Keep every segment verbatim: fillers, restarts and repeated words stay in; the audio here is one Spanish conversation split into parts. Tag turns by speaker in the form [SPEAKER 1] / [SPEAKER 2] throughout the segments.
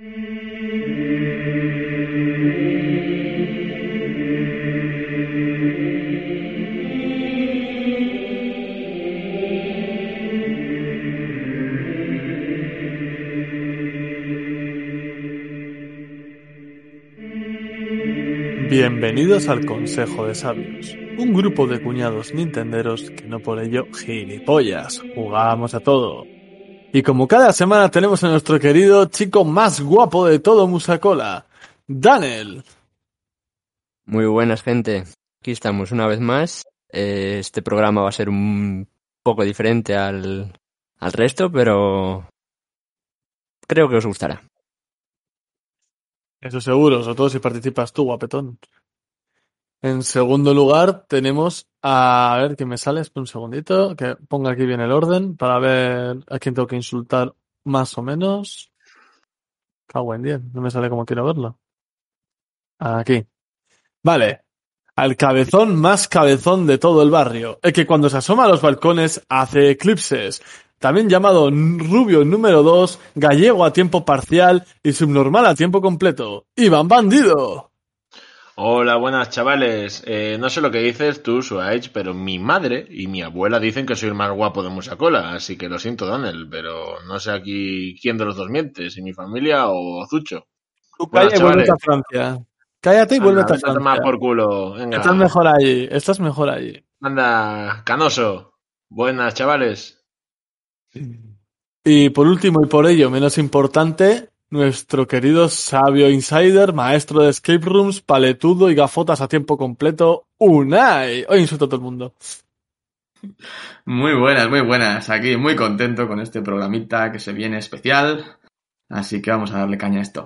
[SPEAKER 1] Bienvenidos al Consejo de Sabios, un grupo de cuñados nintenderos que no por ello gilipollas, jugamos a todo. Y como cada semana tenemos a nuestro querido chico más guapo de todo Musacola, Daniel.
[SPEAKER 2] Muy buenas, gente. Aquí estamos una vez más. Eh, este programa va a ser un poco diferente al, al resto, pero creo que os gustará.
[SPEAKER 1] Eso seguro, sobre todo si participas tú, guapetón. En segundo lugar tenemos a... A ver, que me sale, espera un segundito, que ponga aquí bien el orden para ver a quién tengo que insultar más o menos. Cago en diez, no me sale como quiero verlo. Aquí. Vale. Al cabezón más cabezón de todo el barrio, el que cuando se asoma a los balcones hace eclipses, también llamado rubio número dos, gallego a tiempo parcial y subnormal a tiempo completo, Iván Bandido.
[SPEAKER 3] Hola, buenas chavales. Eh, no sé lo que dices tú, Suárez, pero mi madre y mi abuela dicen que soy el más guapo de Musacola, así que lo siento, Daniel, pero no sé aquí quién de los dos miente, si mi familia o Zucho.
[SPEAKER 1] Tú
[SPEAKER 3] Buenas
[SPEAKER 1] calla y
[SPEAKER 3] chavales.
[SPEAKER 1] vuélvete a Francia. Cállate y
[SPEAKER 3] Anda,
[SPEAKER 1] vuélvete a
[SPEAKER 3] vete a tomar
[SPEAKER 1] Francia.
[SPEAKER 3] por culo. Venga.
[SPEAKER 1] Estás mejor allí, estás mejor allí.
[SPEAKER 3] Anda, canoso. Buenas chavales.
[SPEAKER 1] Y por último y por ello menos importante, nuestro querido sabio insider, maestro de escape rooms, paletudo y gafotas a tiempo completo, Unai. Hoy insulto a todo el mundo.
[SPEAKER 4] Muy buenas, muy buenas. Aquí muy contento con este programita que se viene especial. Así que vamos a darle caña a esto.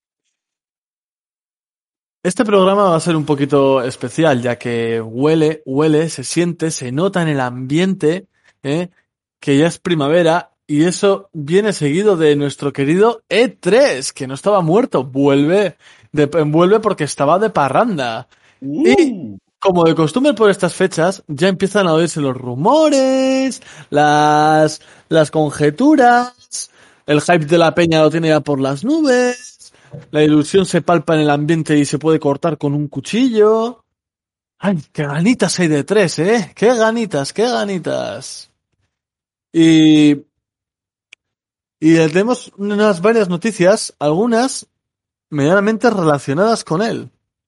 [SPEAKER 1] Este programa va a ser un poquito especial, ya que huele, huele, se siente, se nota en el ambiente, ¿eh? que ya es primavera, y eso viene seguido de nuestro querido E tres, que no estaba muerto, vuelve, de, vuelve porque estaba de parranda.
[SPEAKER 3] Uh.
[SPEAKER 1] Y como de costumbre por estas fechas, ya empiezan a oírse los rumores, las, las conjeturas, el hype de la peña lo tiene ya por las nubes. La ilusión se palpa en el ambiente y se puede cortar con un cuchillo. ¡Ay, qué ganitas hay de tres, eh! ¡Qué ganitas, qué ganitas! Y... Y tenemos unas varias noticias, algunas medianamente relacionadas con él.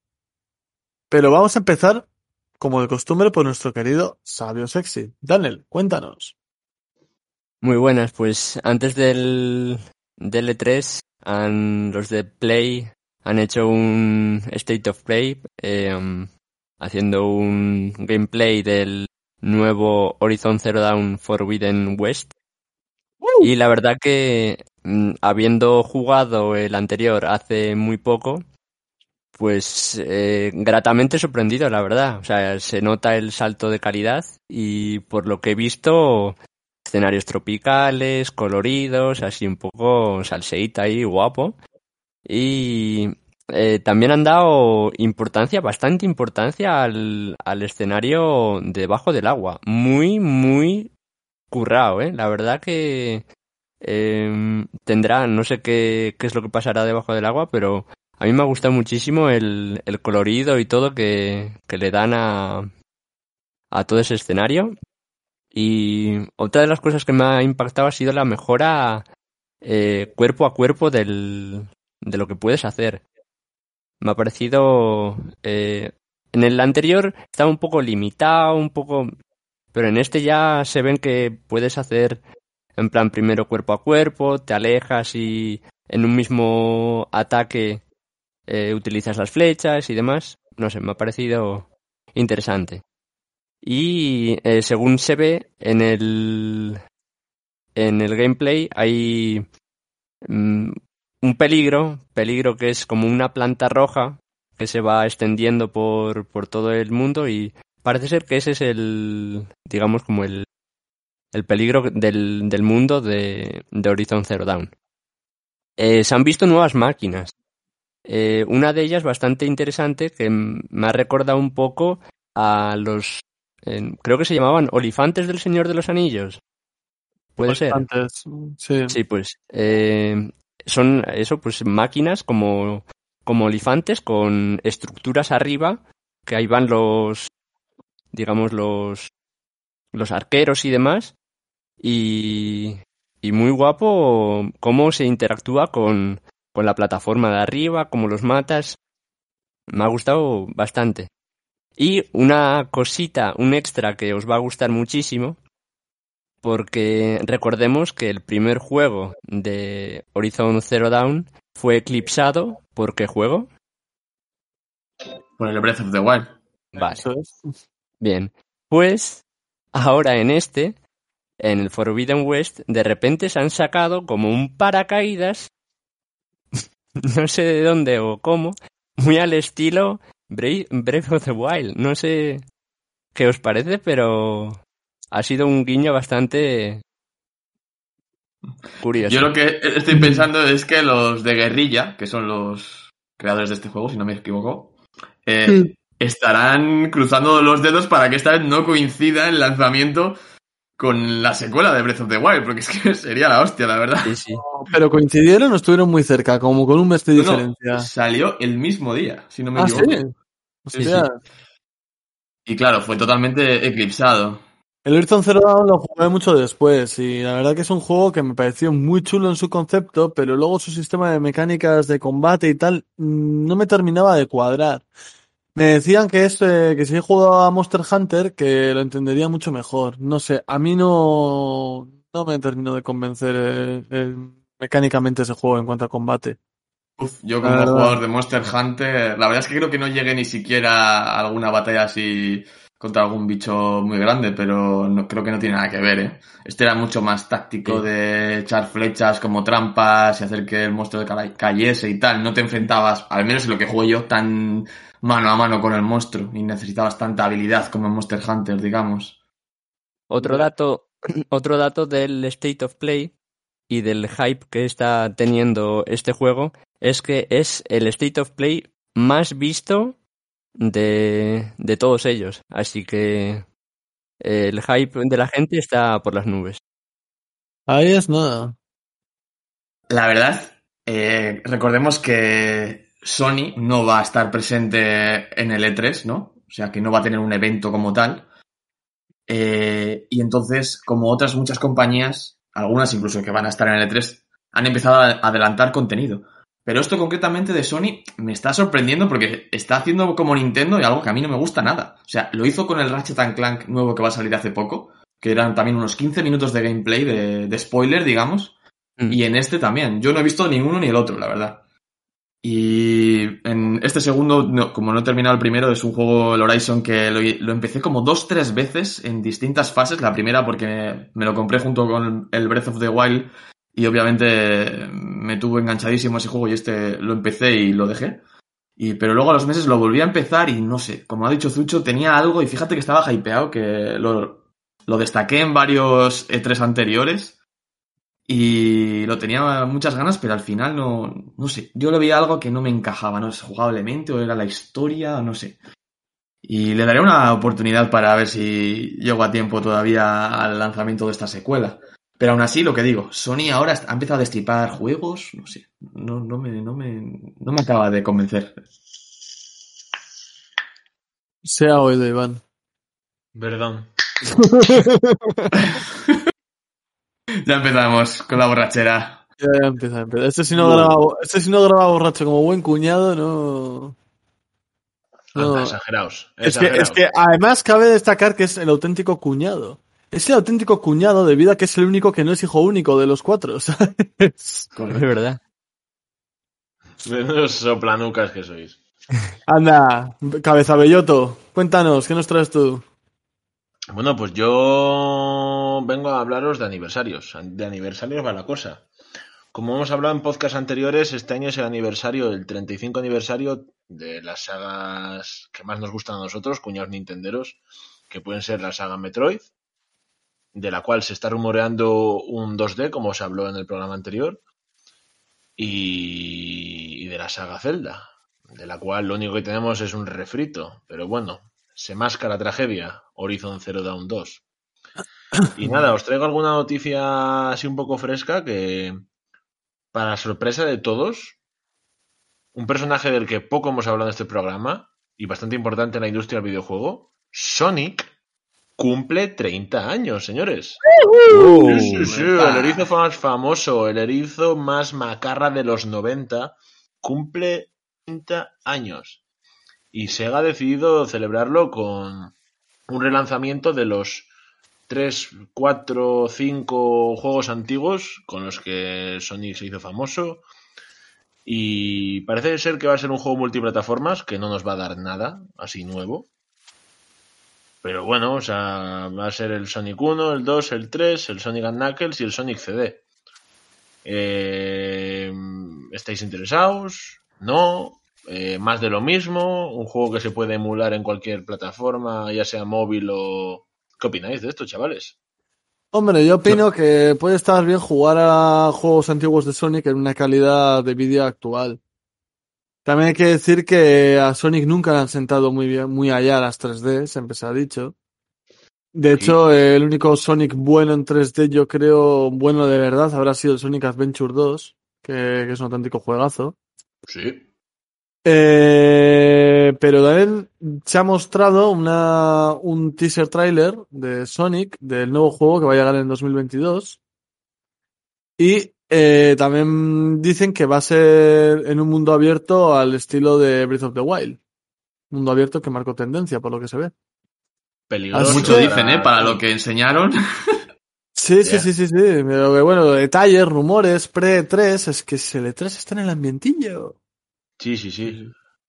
[SPEAKER 1] Pero vamos a empezar, como de costumbre, por nuestro querido Sabio Sexy. Daniel, cuéntanos.
[SPEAKER 2] Muy buenas, pues antes del, del E tres, han, los de Play han hecho un State of Play, eh, um, haciendo un gameplay del nuevo Horizon Zero Dawn Forbidden West. Uh. Y la verdad que, mm, habiendo jugado el anterior hace muy poco, pues eh, gratamente sorprendido, la verdad. O sea, se nota el salto de calidad y por lo que he visto, escenarios tropicales, coloridos, así un poco salseíta ahí, guapo. Y eh, también han dado importancia, bastante importancia al, al escenario debajo del agua. Muy, muy currado, ¿eh? La verdad que eh, tendrá, no sé qué, qué es lo que pasará debajo del agua, pero a mí me ha gustado muchísimo el, el colorido y todo que, que le dan a, a todo ese escenario. Y otra de las cosas que me ha impactado ha sido la mejora eh, cuerpo a cuerpo del, de lo que puedes hacer. Me ha parecido... Eh, en el anterior estaba un poco limitado, un poco... Pero en este ya se ven que puedes hacer en plan primero cuerpo a cuerpo, te alejas y en un mismo ataque eh, utilizas las flechas y demás. No sé, me ha parecido interesante. Y eh, según se ve en el en el gameplay hay mm, un peligro, peligro que es como una planta roja que se va extendiendo por, por todo el mundo y parece ser que ese es el, digamos, como el, el peligro del, del mundo de, de Horizon Zero Dawn. Eh, se han visto nuevas máquinas. Eh, una de ellas bastante interesante que me ha recordado un poco a los... Eh, creo que se llamaban Olifantes del Señor de los Anillos. ¿Puede
[SPEAKER 1] Olifantes,
[SPEAKER 2] ser?
[SPEAKER 1] sí.
[SPEAKER 2] Sí, pues... Eh, son eso, pues máquinas como, como olifantes con estructuras arriba, que ahí van los, digamos, los, los arqueros y demás, y, y muy guapo cómo se interactúa con, con la plataforma de arriba, cómo los matas. Me ha gustado bastante. Y una cosita, un extra que os va a gustar muchísimo, porque recordemos que el primer juego de Horizon Zero Dawn fue eclipsado. ¿Por qué juego?
[SPEAKER 4] Por el Breath of the Wild.
[SPEAKER 2] Vale.
[SPEAKER 1] Eso es.
[SPEAKER 2] Bien. Pues ahora en este, en el Forbidden West, de repente se han sacado como un paracaídas, no sé de dónde o cómo, muy al estilo Bra- Breath of the Wild. No sé qué os parece, pero ha sido un guiño bastante curioso.
[SPEAKER 4] Yo lo que estoy pensando es que los de Guerrilla, que son los creadores de este juego, si no me equivoco, eh, estarán cruzando los dedos para que esta vez no coincida el lanzamiento con la secuela de Breath of the Wild, porque es que sería la hostia, la verdad.
[SPEAKER 2] Sí, sí.
[SPEAKER 1] Pero coincidieron o estuvieron muy cerca, como con un mes de
[SPEAKER 4] No,
[SPEAKER 1] diferencia.
[SPEAKER 4] salió el mismo día, si no me
[SPEAKER 1] Ah,
[SPEAKER 4] equivoco.
[SPEAKER 1] sí.
[SPEAKER 4] Sí,
[SPEAKER 1] Hostia.
[SPEAKER 4] sí. Y claro, fue totalmente eclipsado.
[SPEAKER 1] El Horizon Zero Dawn lo jugué mucho después y la verdad que es un juego que me pareció muy chulo en su concepto, pero luego su sistema de mecánicas de combate y tal mm, no me terminaba de cuadrar. Me decían que este, que si he jugado a Monster Hunter, que lo entendería mucho mejor. No sé, a mí no, no me terminó de convencer eh, eh, mecánicamente ese juego en cuanto a combate.
[SPEAKER 4] Uf, yo
[SPEAKER 1] La
[SPEAKER 4] como
[SPEAKER 1] verdad.
[SPEAKER 4] jugador de Monster Hunter, la verdad es que creo que no llegué ni siquiera a alguna batalla así contra algún bicho muy grande, pero no, creo que no tiene nada que ver, ¿eh? Este era mucho más táctico
[SPEAKER 2] Sí.
[SPEAKER 4] de echar flechas como trampas y hacer que el monstruo ca- cayese y tal. No te enfrentabas, al menos en lo que jugué yo, tan mano a mano con el monstruo, ni necesitabas tanta habilidad como en Monster Hunter, digamos.
[SPEAKER 2] Otro dato, otro dato del State of Play y del hype que está teniendo este juego es que es el State of Play más visto de, de todos ellos. Así que eh, el hype de la gente está por las nubes.
[SPEAKER 1] Ahí es nada.
[SPEAKER 4] La verdad, eh, recordemos que Sony no va a estar presente en el E tres, ¿no? O sea, que no va a tener un evento como tal. Eh, y entonces, como otras muchas compañías, algunas incluso que van a estar en el E tres, han empezado a adelantar contenido. Pero esto concretamente de Sony me está sorprendiendo porque está haciendo como Nintendo y algo que a mí no me gusta nada. O sea, lo hizo con el Ratchet and Clank nuevo que va a salir hace poco, que eran también unos quince minutos de gameplay, de, de spoiler, digamos.
[SPEAKER 2] Mm.
[SPEAKER 4] Y en este también. Yo no he visto ni uno ni el otro, la verdad. Y en este segundo, no, como no he terminado el primero, es un juego, el Horizon, que lo, lo empecé como dos, tres veces en distintas fases. La primera porque me lo compré junto con el Breath of the Wild y obviamente me tuvo enganchadísimo ese juego y este lo empecé y lo dejé. Y, pero luego a los meses lo volví a empezar y no sé, como ha dicho Zucho, tenía algo y fíjate que estaba hypeado, que lo, lo destaqué en varios E tres anteriores. Y lo tenía muchas ganas, pero al final no, no sé. Yo le veía algo que no me encajaba, no sé, jugablemente o era la historia, no sé. Y le daré una oportunidad para ver si llego a tiempo todavía al lanzamiento de esta secuela. Pero aún así, lo que digo, Sony ahora ha empezado a destripar juegos, no sé, no, no, me, no, me, no me acaba de convencer.
[SPEAKER 1] Se ha oído, Iván.
[SPEAKER 3] Perdón.
[SPEAKER 4] Ya empezamos con la borrachera.
[SPEAKER 1] Ya, ya empieza, empieza. Este si no graba, este si no graba borracho como buen cuñado, no.
[SPEAKER 3] Anda,
[SPEAKER 1] No.
[SPEAKER 3] exageraos.
[SPEAKER 1] Es que,
[SPEAKER 3] exageraos.
[SPEAKER 1] es que además cabe destacar que es el auténtico cuñado. Es el auténtico cuñado debido a que es el único que no es hijo único de los cuatro, ¿sabes?
[SPEAKER 2] Es
[SPEAKER 4] Correcto.
[SPEAKER 2] verdad.
[SPEAKER 3] Menudos soplanucas que sois.
[SPEAKER 1] Anda, cabeza belloto, cuéntanos, ¿qué nos traes tú?
[SPEAKER 3] Bueno, pues yo vengo a hablaros de aniversarios. De aniversarios va la cosa. Como hemos hablado en podcasts anteriores, este año es el aniversario, el treinta y cinco aniversario de las sagas que más nos gustan a nosotros, cuñados nintenderos, que pueden ser la saga Metroid, de la cual se está rumoreando un dos D, como se habló en el programa anterior, y, y de la saga Zelda, de la cual lo único que tenemos es un refrito, pero bueno, se masca la tragedia, Horizon Zero Dawn dos. Y nada, os traigo alguna noticia así un poco fresca que, para sorpresa de todos, un personaje del que poco hemos hablado en este programa y bastante importante en la industria del videojuego, Sonic, cumple treinta años, señores.
[SPEAKER 2] Uh,
[SPEAKER 3] Sí, sí, sí, el erizo más famoso, el erizo más macarra de los noventa, cumple treinta años. Y Sega ha decidido celebrarlo con un relanzamiento de los tres, cuatro, cinco juegos antiguos con los que Sonic se hizo famoso. Y parece ser que va a ser un juego multiplataformas que no nos va a dar nada así nuevo. Pero bueno, o sea, va a ser el Sonic uno, el dos, el tres, el Sonic and Knuckles y el Sonic C D. Eh, ¿Estáis interesados? ¿No? Eh, ¿Más de lo mismo? ¿Un juego que se puede emular en cualquier plataforma, ya sea móvil o... ¿Qué opináis de esto, chavales?
[SPEAKER 1] Hombre, yo opino que puede estar bien jugar a juegos antiguos de Sonic en una calidad de vídeo actual. También hay que decir que a Sonic nunca le han sentado muy bien, muy allá las tres D, siempre se ha dicho. De hecho, el único Sonic bueno en tres D, yo creo, bueno de verdad, habrá sido el Sonic Adventure dos, que, que es un auténtico juegazo.
[SPEAKER 3] Sí.
[SPEAKER 1] Eh, pero también se ha mostrado una, un teaser trailer de Sonic, del nuevo juego que va a llegar en dos mil veintidós. Y eh, también dicen que va a ser en un mundo abierto al estilo de Breath of the Wild. Mundo abierto que marcó tendencia, por lo que se ve.
[SPEAKER 3] Peligroso.
[SPEAKER 4] Mucho
[SPEAKER 1] que-
[SPEAKER 4] dicen, ¿eh? Para lo que enseñaron.
[SPEAKER 1] Sí, sí,
[SPEAKER 3] Yeah.
[SPEAKER 1] sí, sí, sí. Pero que bueno, detalles, rumores, pre-E tres, es que el E tres está en el ambientillo.
[SPEAKER 3] Sí, sí, sí.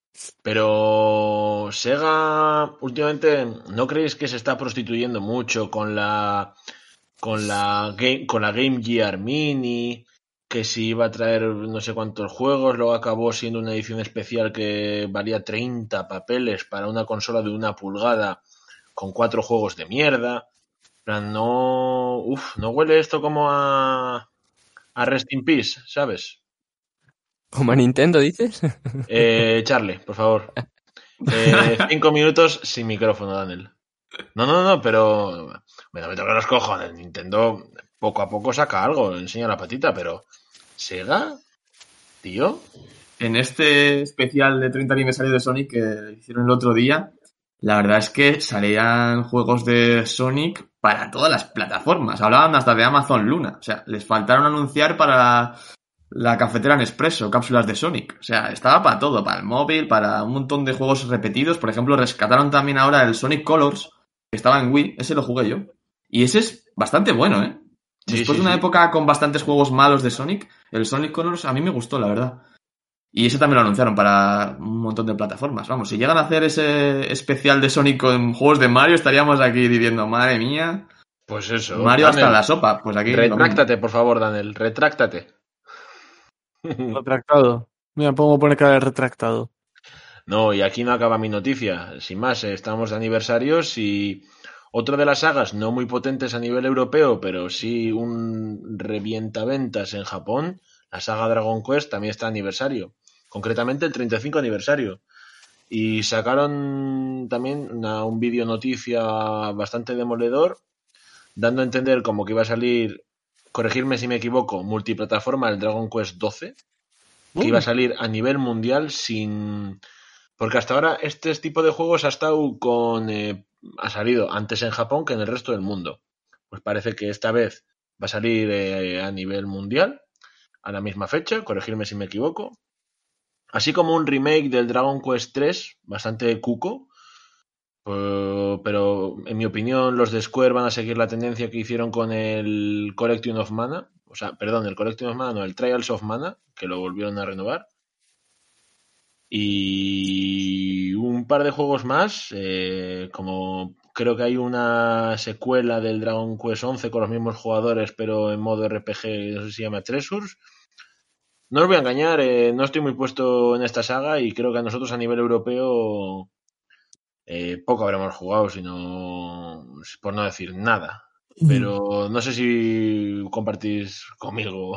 [SPEAKER 3] Pero Sega últimamente, ¿no creéis que se está prostituyendo mucho con la con la game, con la Game Gear Mini? Que si iba a traer no sé cuántos juegos, luego acabó siendo una edición especial que valía treinta papeles para una consola de una pulgada con cuatro juegos de mierda. En plan, no, uf, no huele esto como a a Rest in Peace, ¿sabes?
[SPEAKER 2] ¿Como a Nintendo dices?
[SPEAKER 3] Eh, Charlie, por favor. Eh, cinco minutos sin micrófono, Daniel. No, no, no, pero me no me toca los cojones. Nintendo poco a poco saca algo, enseña la patita, pero Sega, tío.
[SPEAKER 4] En este especial de treinta aniversario de Sonic que hicieron el otro día, la verdad es que salían juegos de Sonic para todas las plataformas. Hablaban hasta de Amazon Luna. O sea, les faltaron anunciar para la, la cafetera Nespresso, cápsulas de Sonic. O sea, estaba para todo, para el móvil, para un montón de juegos repetidos. Por ejemplo, rescataron también ahora el Sonic Colors, que estaba en Wii. Ese lo jugué yo. Y ese es bastante bueno, ¿eh?
[SPEAKER 3] Sí,
[SPEAKER 4] Después
[SPEAKER 3] sí,
[SPEAKER 4] de una
[SPEAKER 3] sí.
[SPEAKER 4] época con bastantes juegos malos de Sonic, el Sonic Colors a mí me gustó, la verdad. Y ese también lo anunciaron para un montón de plataformas. Vamos, si llegan a hacer ese especial de Sonic con juegos de Mario, estaríamos aquí diciendo, madre mía,
[SPEAKER 3] Pues eso.
[SPEAKER 4] Mario hasta
[SPEAKER 3] Daniel,
[SPEAKER 4] la sopa. Pues aquí lo mismo.
[SPEAKER 3] retráctate, por favor, Daniel, retráctate.
[SPEAKER 1] Retractado. Mira, pongo poner cara de retractado.
[SPEAKER 3] No, y aquí no acaba mi noticia. Sin más, eh, estamos de aniversarios y otra de las sagas no muy potentes a nivel europeo, pero sí un revientaventas en Japón, la saga Dragon Quest también está de aniversario. Concretamente el treinta y cinco aniversario. Y sacaron también una- un vídeo noticia bastante demoledor, dando a entender como que iba a salir, corregirme si me equivoco, multiplataforma el Dragon Quest doce, que iba a salir a nivel mundial sin... Porque hasta ahora este tipo de juegos ha estado con... Eh, ha salido antes en Japón que en el resto del mundo. Pues parece que esta vez va a salir eh, a nivel mundial, a la misma fecha, corregirme si me equivoco. Así como un remake del Dragon Quest tres, bastante cuco. Uh, pero en mi opinión los de Square van a seguir la tendencia que hicieron con el Collection of Mana. O sea, perdón, el Collection of Mana, no, el Trials of Mana, que lo volvieron a renovar. Y un par de juegos más, eh, como creo que hay una secuela del Dragon Quest once con los mismos jugadores, pero en modo R P G, no sé si se llama Treasures. No os voy a engañar, eh, no estoy muy puesto en esta saga y creo que a nosotros a nivel europeo eh, poco habremos jugado, sino por no decir nada. Pero no sé si compartís conmigo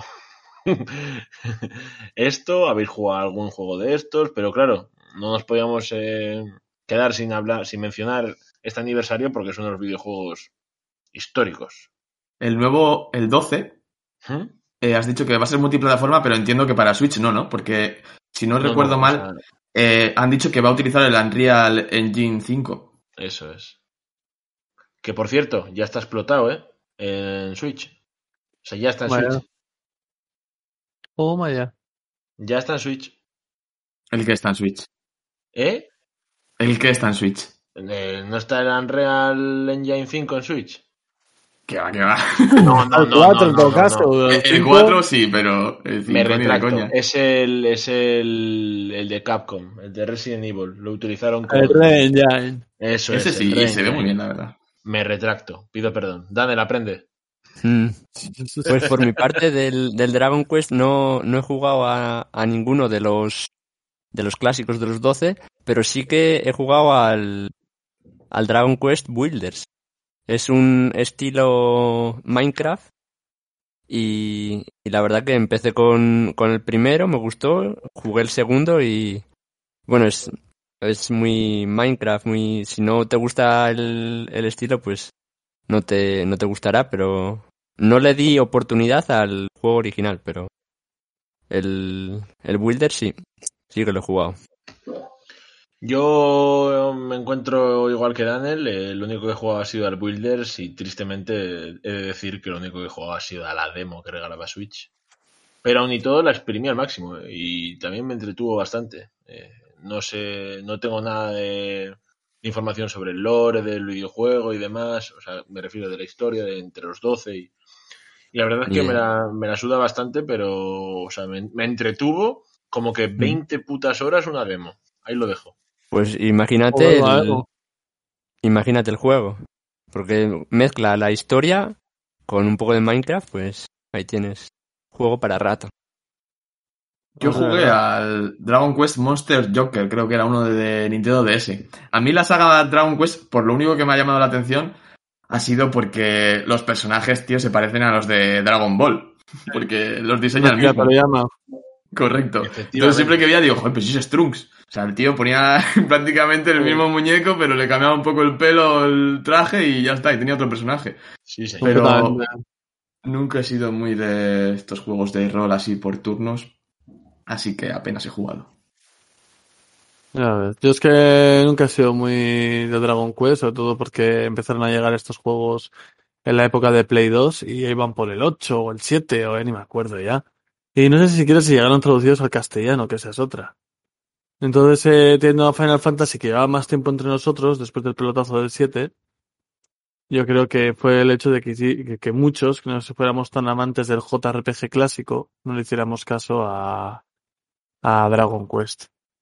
[SPEAKER 3] esto, habéis jugado algún juego de estos, pero claro, no nos podíamos eh, quedar sin hablar, sin mencionar este aniversario porque son unos videojuegos históricos.
[SPEAKER 4] El nuevo, el doce,
[SPEAKER 3] ¿Mm?
[SPEAKER 4] eh, has dicho que va a ser multiplataforma, pero entiendo que para Switch no, ¿no? Porque, si no,
[SPEAKER 3] No,
[SPEAKER 4] recuerdo
[SPEAKER 3] no, o
[SPEAKER 4] mal,
[SPEAKER 3] sea,
[SPEAKER 4] eh, han dicho que va a utilizar el Unreal Engine cinco.
[SPEAKER 3] eso es. Que por cierto, ya está explotado, ¿eh? En Switch. O sea, ya está en
[SPEAKER 1] Vaya.
[SPEAKER 3] Switch.
[SPEAKER 1] Toma ya.
[SPEAKER 3] Ya está en Switch.
[SPEAKER 4] El que está en Switch.
[SPEAKER 3] ¿Eh?
[SPEAKER 4] El que está en Switch.
[SPEAKER 3] Eh, ¿No está el Unreal Engine cinco en Switch?
[SPEAKER 4] Que va, que va.
[SPEAKER 3] No, no,
[SPEAKER 1] El
[SPEAKER 3] no,
[SPEAKER 1] cuatro
[SPEAKER 3] no,
[SPEAKER 1] en
[SPEAKER 3] no,
[SPEAKER 1] todo
[SPEAKER 3] no,
[SPEAKER 1] caso.
[SPEAKER 3] no.
[SPEAKER 1] El
[SPEAKER 4] El
[SPEAKER 1] cinco,
[SPEAKER 4] cuatro sí, pero el
[SPEAKER 3] Me
[SPEAKER 4] cinco ni de
[SPEAKER 3] retracto.
[SPEAKER 4] coña.
[SPEAKER 3] Es el, es el, el de Capcom, el de Resident Evil. Lo utilizaron
[SPEAKER 1] el
[SPEAKER 3] con...
[SPEAKER 1] Red Engine.
[SPEAKER 3] Eso
[SPEAKER 4] Ese
[SPEAKER 3] es, el
[SPEAKER 4] sí, y se ve
[SPEAKER 3] Re-Engine.
[SPEAKER 4] muy bien, la verdad.
[SPEAKER 3] Me retracto. Pido perdón. Daniel, aprende.
[SPEAKER 2] Mm. Pues por mi parte del, del Dragon Quest no, no he jugado a, a ninguno de los de los clásicos de los doce, pero sí que he jugado al, al Dragon Quest Builders. Es un estilo Minecraft y, y la verdad que empecé con, con el primero, me gustó, jugué el segundo y bueno, es, es muy Minecraft, muy si no te gusta el, el estilo, pues no te, no te gustará, pero no le di oportunidad al juego original, pero el, el Builder sí, sí que lo he jugado.
[SPEAKER 3] Yo me encuentro igual que Daniel. eh, lo único que he jugado ha sido al Builders y tristemente he de decir que lo único que he jugado ha sido a la demo que regalaba Switch. Pero aún y todo la exprimí al máximo eh, y también me entretuvo bastante. Eh, no sé, no tengo nada de información sobre el lore del videojuego y demás. O sea, me refiero de la historia de entre los doce y, y la verdad es
[SPEAKER 2] Ni
[SPEAKER 3] que me
[SPEAKER 2] idea.
[SPEAKER 3] la, me la suda bastante, pero o sea, me, me entretuvo como que
[SPEAKER 2] Mm.
[SPEAKER 3] veinte putas horas una demo. Ahí lo dejo.
[SPEAKER 2] Pues imagínate
[SPEAKER 1] Joder,
[SPEAKER 2] el,
[SPEAKER 1] madre.
[SPEAKER 2] imagínate el juego, porque mezcla la historia con un poco de Minecraft, pues ahí tienes juego para rato.
[SPEAKER 4] Yo
[SPEAKER 1] Pues de
[SPEAKER 4] jugué
[SPEAKER 1] verdad.
[SPEAKER 4] al Dragon Quest Monster Joker, creo que era uno de Nintendo D S. A mí la saga Dragon Quest, por lo único que me ha llamado la atención, ha sido porque los personajes, tío, se parecen a los de Dragon Ball. Porque los diseña el
[SPEAKER 1] Mezcla
[SPEAKER 4] mismo.
[SPEAKER 1] Toriyama.
[SPEAKER 4] Correcto. Entonces
[SPEAKER 3] Efectivamente.
[SPEAKER 4] siempre que veía digo, joder, pues sí es Trunks. O sea, el tío ponía prácticamente el
[SPEAKER 3] Sí.
[SPEAKER 4] mismo muñeco, pero le cambiaba un poco el pelo, el traje y ya está, y tenía otro personaje.
[SPEAKER 3] Sí, señor.
[SPEAKER 4] Pero
[SPEAKER 1] Completamente.
[SPEAKER 4] nunca he sido muy de estos juegos de rol así por turnos, así que apenas he jugado.
[SPEAKER 1] Ya ves. Yo es que nunca he sido muy de Dragon Quest, sobre todo porque empezaron a llegar estos juegos en la época de Play dos y iban por el ocho o el siete o eh, ni me acuerdo ya. Y no sé si siquiera si llegaron traducidos al castellano, que esa es otra. Entonces, eh, teniendo a Final Fantasy que llevaba más tiempo entre nosotros, después del pelotazo del siete, yo creo que fue el hecho de que, que, que muchos, que no fuéramos tan amantes del J R P G clásico, no le hiciéramos caso a, a Dragon Quest.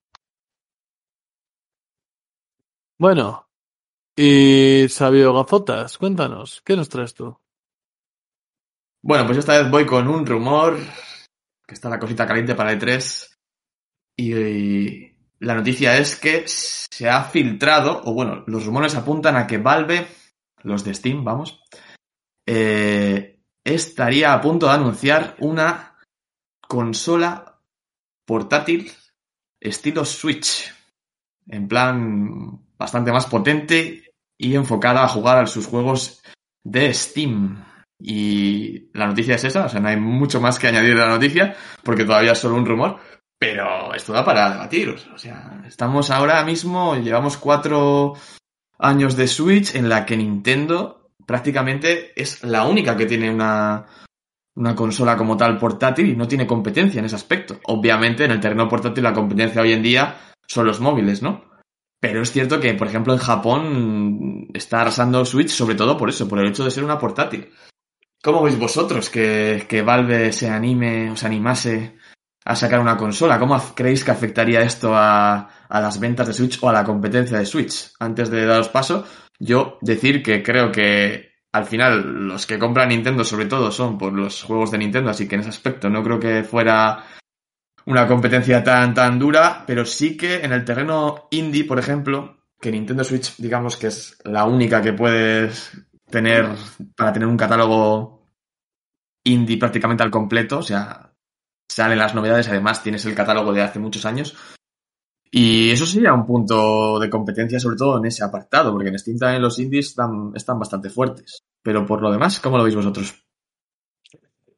[SPEAKER 1] Bueno, y Sabio Gafotas, cuéntanos, ¿qué nos traes tú?
[SPEAKER 4] Bueno, pues esta vez voy con un rumor, que está la cosita caliente para E tres, y, y la noticia es que se ha filtrado, o bueno, los rumores apuntan a que Valve, los de Steam, vamos, eh, estaría a punto de anunciar una consola portátil estilo Switch, en plan bastante más potente y enfocada a jugar a sus juegos de Steam. Y la noticia es esa, o sea, no hay mucho más que añadir a la noticia, porque todavía es solo un rumor, pero esto da para debatir. O sea, estamos ahora mismo, llevamos cuatro años de Switch en la que Nintendo prácticamente es la única que tiene una, una consola como tal portátil y no tiene competencia en ese aspecto. Obviamente, en el terreno portátil la competencia hoy en día son los móviles, ¿no? Pero es cierto que, por ejemplo, en Japón está arrasando Switch sobre todo por eso, por el hecho de ser una portátil. ¿Cómo veis vosotros que, que Valve se anime o se animase a sacar una consola? ¿Cómo creéis que afectaría esto a, a las ventas de Switch o a la competencia de Switch? Antes de daros paso, yo decir que creo que al final los que compran Nintendo sobre todo son por los juegos de Nintendo, así que en ese aspecto no creo que fuera una competencia tan, tan dura, pero sí que en el terreno indie, por ejemplo, que Nintendo Switch, digamos que es la única que puedes tener para tener un catálogo indie prácticamente al completo, o sea, salen las novedades, además tienes el catálogo de hace muchos años, y eso sería un punto de competencia sobre todo en ese apartado, porque en Steam también los indies están, están bastante fuertes, pero por lo demás, ¿cómo lo veis vosotros?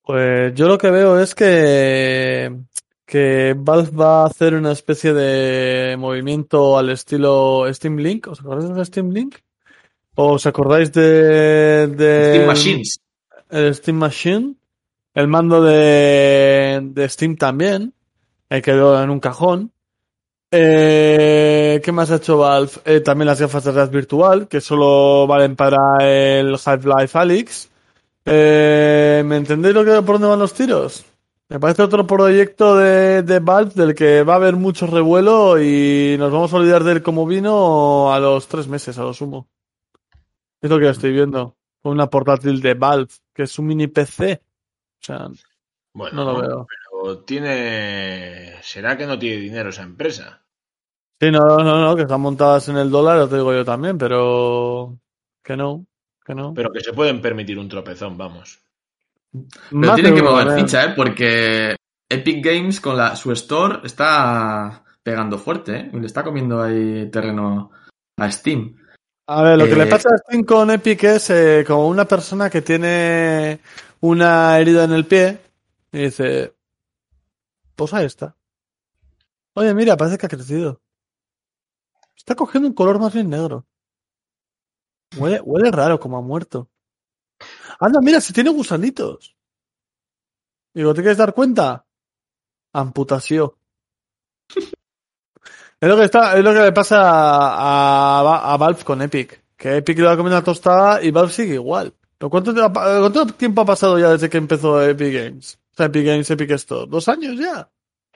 [SPEAKER 1] Pues yo lo que veo es que, que Valve va a hacer una especie de movimiento al estilo Steam Link. ¿Os acordáis de Steam Link? ¿O os acordáis de, de
[SPEAKER 4] Steam Machines.
[SPEAKER 1] el Steam Machine? El mando de, de Steam también. Ahí quedó en un cajón. Eh, ¿qué más ha hecho Valve? Eh, también las gafas de realidad virtual, que solo valen para el Half-Life Alyx. Eh, ¿me entendéis lo que, por dónde van los tiros? Me parece otro proyecto de, de Valve del que va a haber mucho revuelo y nos vamos a olvidar de él como vino a los tres meses, a lo sumo. Es lo que estoy viendo. Con una portátil de Valve, que es un mini P C. O sea,
[SPEAKER 3] Bueno,
[SPEAKER 1] no lo veo.
[SPEAKER 3] pero tiene... ¿Será que no tiene dinero esa empresa?
[SPEAKER 1] Sí, no, no, no, que están montadas en el dólar, lo te digo yo también, pero que no, que no.
[SPEAKER 3] Pero que se pueden permitir un tropezón, vamos.
[SPEAKER 4] Pero
[SPEAKER 1] Más
[SPEAKER 4] tienen
[SPEAKER 1] de
[SPEAKER 4] que
[SPEAKER 1] uno
[SPEAKER 4] mover
[SPEAKER 1] también.
[SPEAKER 4] ficha, ¿eh? Porque Epic Games con la, su store está pegando fuerte, ¿eh? Y le está comiendo ahí terreno a Steam.
[SPEAKER 1] A ver, lo que le
[SPEAKER 4] Eh,
[SPEAKER 1] pasa a Steam con Epic es eh, como una persona que tiene una herida en el pie y dice, pues ahí está. Oye, mira, parece que ha crecido. Está cogiendo un color más bien negro. Huele, huele raro, como ha muerto. Anda, mira, si tiene gusanitos. Digo, ¿te quieres dar cuenta? Amputación. Es lo que está, es lo que le pasa a, a, a Valve con Epic. Que Epic le va a comer una tostada y Valve sigue igual. ¿Pero ¿Cuánto, te ha pa- ¿Cuánto tiempo ha pasado ya desde que empezó Epic Games? O sea, Epic Games, Epic Store. ¿Dos años ya?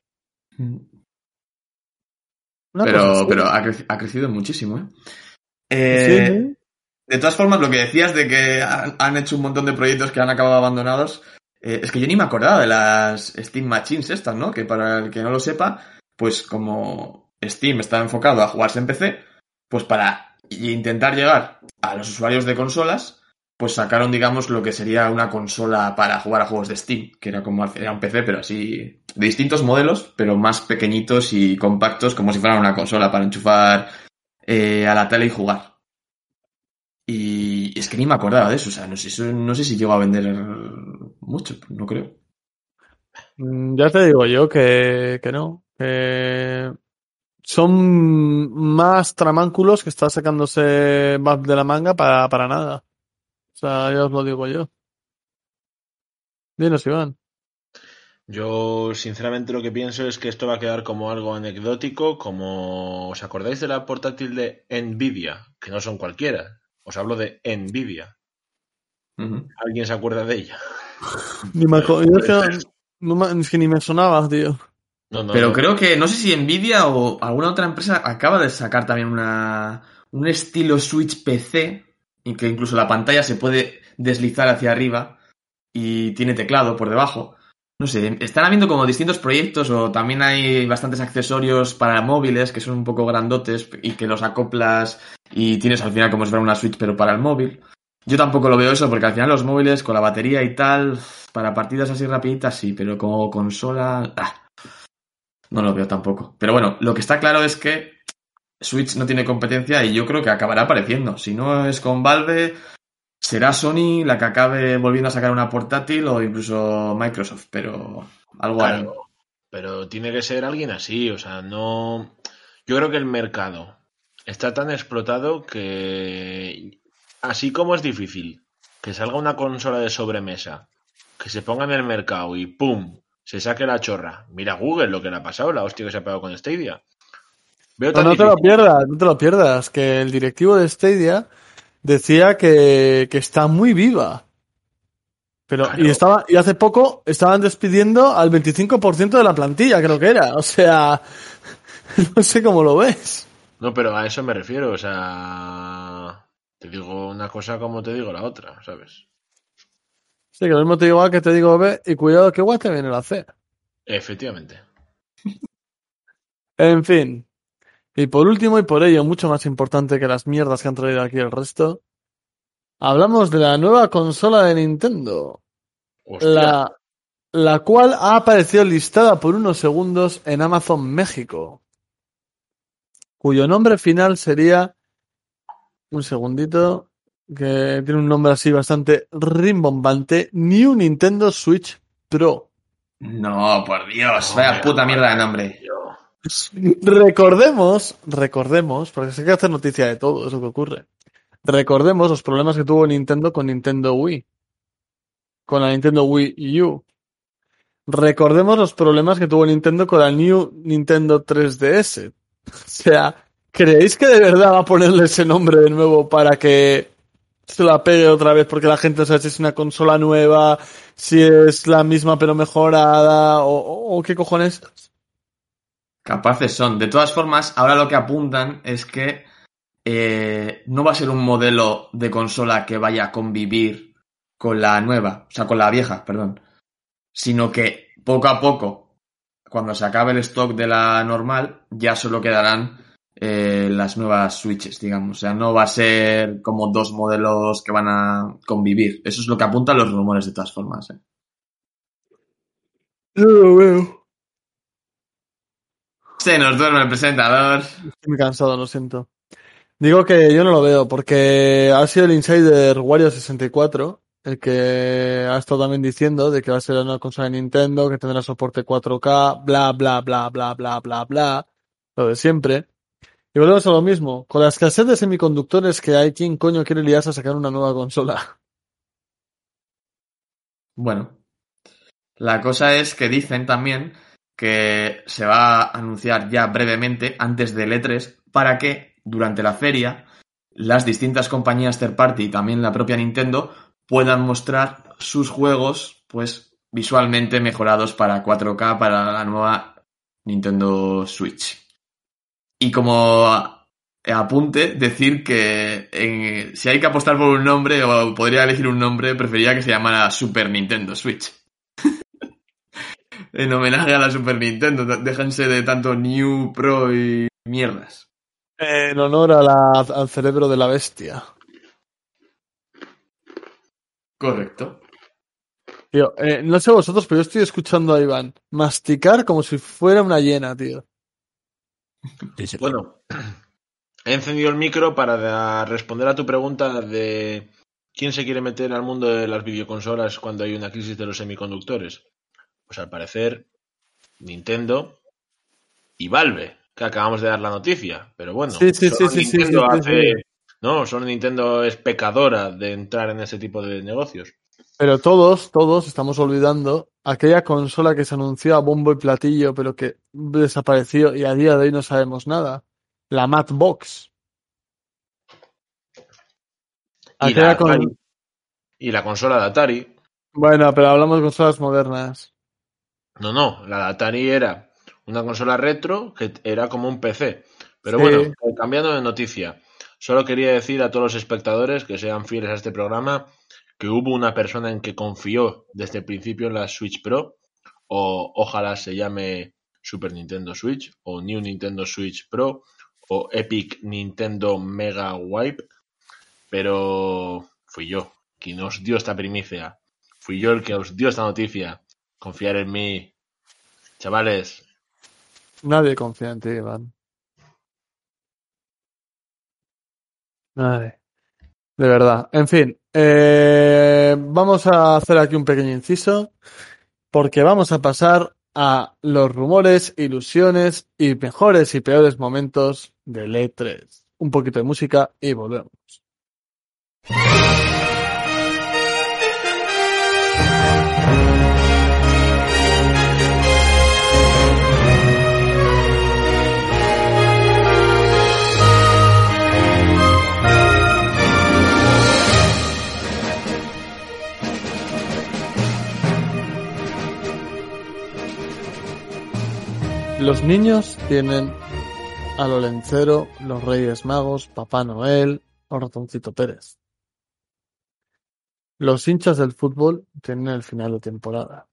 [SPEAKER 1] Una cosa
[SPEAKER 4] pero
[SPEAKER 1] así.
[SPEAKER 4] pero ha, creci- ha crecido muchísimo, ¿eh?
[SPEAKER 1] Sí,
[SPEAKER 4] Eh,
[SPEAKER 1] sí.
[SPEAKER 4] De todas formas, lo que decías de que han, han hecho un montón de proyectos que han acabado abandonados, eh, es que yo ni me acordaba de las Steam Machines estas, ¿no? Que para el que no lo sepa, pues como Steam está enfocado a jugarse en P C, pues para intentar llegar a los usuarios de consolas, pues sacaron, digamos, lo que sería una consola para jugar a juegos de Steam, que era como era un P C, pero así de distintos modelos, pero más pequeñitos y compactos, como si fuera una consola para enchufar eh, a la tele y jugar. Y es que ni me acordaba de eso, o sea, no sé, eso, no sé si llegó a vender mucho, no creo.
[SPEAKER 1] Mm, Ya te digo yo que, que no. Que son más tramánculos que está sacándose Valve de la manga para, para nada. O sea, ya os lo digo yo. Dinos, Iván.
[SPEAKER 3] Yo, sinceramente, lo que pienso es que esto va a quedar como algo anecdótico, como... ¿Os acordáis de la portátil de Nvidia? Que no son cualquiera. Os hablo de Nvidia.
[SPEAKER 4] Uh-huh.
[SPEAKER 3] ¿Alguien se acuerda de ella?
[SPEAKER 1] Ni me, aco- yo es que no, no me- es que ni me sonaba, tío.
[SPEAKER 3] No, no,
[SPEAKER 4] Pero
[SPEAKER 3] no.
[SPEAKER 4] creo que, no sé si Nvidia o alguna otra empresa acaba de sacar también una un estilo Switch P C, y que incluso la pantalla se puede deslizar hacia arriba y tiene teclado por debajo. No sé, están habiendo como distintos proyectos, o también hay bastantes accesorios para móviles que son un poco grandotes y que los acoplas y tienes al final como si fuera una Switch pero para el móvil. Yo tampoco lo veo eso, porque al final los móviles con la batería y tal, para partidas así rapiditas sí, pero como consola... ah, no lo veo tampoco. Pero bueno, lo que está claro es que Switch no tiene competencia y yo creo que acabará apareciendo. Si no es con Valve, será Sony la que acabe volviendo a sacar una portátil, o incluso Microsoft, pero algo hay.
[SPEAKER 3] Claro, pero tiene que ser alguien así, o sea, no... Yo creo que el mercado está tan explotado que, así como es difícil que salga una consola de sobremesa, que se ponga en el mercado y ¡pum! Se saque la chorra. Mira Google lo que le ha pasado, la hostia que se ha pegado con Stadia. Veo
[SPEAKER 1] No,
[SPEAKER 3] tan
[SPEAKER 1] no te lo
[SPEAKER 3] difícil.
[SPEAKER 1] pierdas, no te lo pierdas, que el directivo de Stadia decía que, que está muy viva. Pero, y
[SPEAKER 3] Claro.
[SPEAKER 1] estaba, y hace poco estaban despidiendo al veinticinco por ciento de la plantilla, creo que era. O sea, no sé cómo lo ves.
[SPEAKER 3] No, pero a eso me refiero, o sea... Te digo una cosa como te digo la otra, ¿sabes?
[SPEAKER 1] Sí, que lo mismo te digo A que te digo B, y cuidado que igual te viene la C.
[SPEAKER 3] Efectivamente.
[SPEAKER 1] En fin. Y por último, y por ello mucho más importante que las mierdas que han traído aquí el resto, hablamos de la nueva consola de Nintendo.
[SPEAKER 3] Hostia.
[SPEAKER 1] La, la cual ha aparecido listada por unos segundos en Amazon México, cuyo nombre final sería, un segundito, que tiene un nombre así bastante rimbombante, New Nintendo Switch Pro.
[SPEAKER 4] No, por Dios, vaya puta mierda de nombre.
[SPEAKER 1] Recordemos, recordemos, porque sé que hacer noticia de todo, es lo que ocurre. Recordemos los problemas que tuvo Nintendo con Nintendo Wii. Con la Nintendo Wii U. Recordemos los problemas que tuvo Nintendo con la New Nintendo tres D S. O sea, ¿creéis que de verdad va a ponerle ese nombre de nuevo para que se la pegue otra vez? Porque la gente no sabe si es una consola nueva, si es la misma pero mejorada, o, o, o qué cojones.
[SPEAKER 4] Capaces son. De todas formas, ahora lo que apuntan es que eh, no va a ser un modelo de consola que vaya a convivir con la nueva, o sea, con la vieja, perdón, sino que poco a poco, cuando se acabe el stock de la normal, ya solo quedarán eh, las nuevas Switches, digamos. O sea, no va a ser como dos modelos que van a convivir. Eso es lo que apuntan los rumores de todas formas. ¿eh?
[SPEAKER 1] Yo lo veo.
[SPEAKER 4] Se nos duerme el presentador.
[SPEAKER 1] Estoy muy cansado, lo siento. Digo que yo no lo veo porque ha sido el insider Wario sesenta y cuatro el que ha estado también diciendo de que va a ser una consola de Nintendo, que tendrá soporte cuatro K, bla, bla, bla, bla, bla, bla, bla, lo de siempre. Y volvemos a lo mismo. Con la escasez de semiconductores que hay, ¿quién coño quiere liarse a sacar una nueva consola?
[SPEAKER 4] Bueno, la cosa es que dicen también que se va a anunciar ya brevemente antes del E tres para que durante la feria las distintas compañías third party y también la propia Nintendo puedan mostrar sus juegos pues visualmente mejorados para cuatro K para la nueva Nintendo Switch. Y como apunte, decir que eh, si hay que apostar por un nombre o podría elegir un nombre, preferiría que se llamara Super Nintendo Switch. En homenaje a la Super Nintendo. Déjense de tanto New, Pro y mierdas.
[SPEAKER 1] En honor a la, al cerebro de la bestia.
[SPEAKER 4] Correcto.
[SPEAKER 1] Tío, eh, no sé vosotros, pero yo estoy escuchando a Iván masticar como si fuera una hiena, tío.
[SPEAKER 3] Bueno, he encendido el micro para responder a tu pregunta de quién se quiere meter al mundo de las videoconsolas cuando hay una crisis de los semiconductores. Pues al parecer Nintendo y Valve, que acabamos de dar la noticia. Pero bueno,
[SPEAKER 1] Sí, sí,
[SPEAKER 3] solo
[SPEAKER 1] sí, sí, sí,
[SPEAKER 3] Nintendo
[SPEAKER 1] sí, sí,
[SPEAKER 3] hace...
[SPEAKER 1] sí.
[SPEAKER 3] No, solo Nintendo es pecadora de entrar en ese tipo de negocios.
[SPEAKER 1] Pero todos, todos estamos olvidando aquella consola que se anunció a bombo y platillo, pero que desapareció y a día de hoy no sabemos nada. La Matchbox.
[SPEAKER 3] Y
[SPEAKER 1] Aquella
[SPEAKER 3] la, Atari,
[SPEAKER 1] con...
[SPEAKER 3] y la consola de Atari.
[SPEAKER 1] Bueno, pero hablamos de consolas modernas.
[SPEAKER 3] No, no, la de Atari era una consola retro que era como un P C. Pero
[SPEAKER 1] Sí.
[SPEAKER 3] bueno, cambiando de noticia, solo quería decir a todos los espectadores que sean fieles a este programa que hubo una persona en que confió desde el principio en la Switch Pro, o ojalá se llame Super Nintendo Switch, o New Nintendo Switch Pro, o Epic Nintendo Mega Wipe, pero fui yo quien os dio esta primicia. Fui yo el que os dio esta noticia. Confiar en mí. Chavales.
[SPEAKER 1] Nadie confía en ti, Iván. Nadie. De verdad. En fin, eh, vamos a hacer aquí un pequeño inciso porque vamos a pasar a los rumores, ilusiones y mejores y peores momentos del E tres. Un poquito de música y volvemos. Los niños tienen a lo lencero, los Reyes Magos, Papá Noel o Ratoncito Pérez. Los hinchas del fútbol tienen el final de temporada.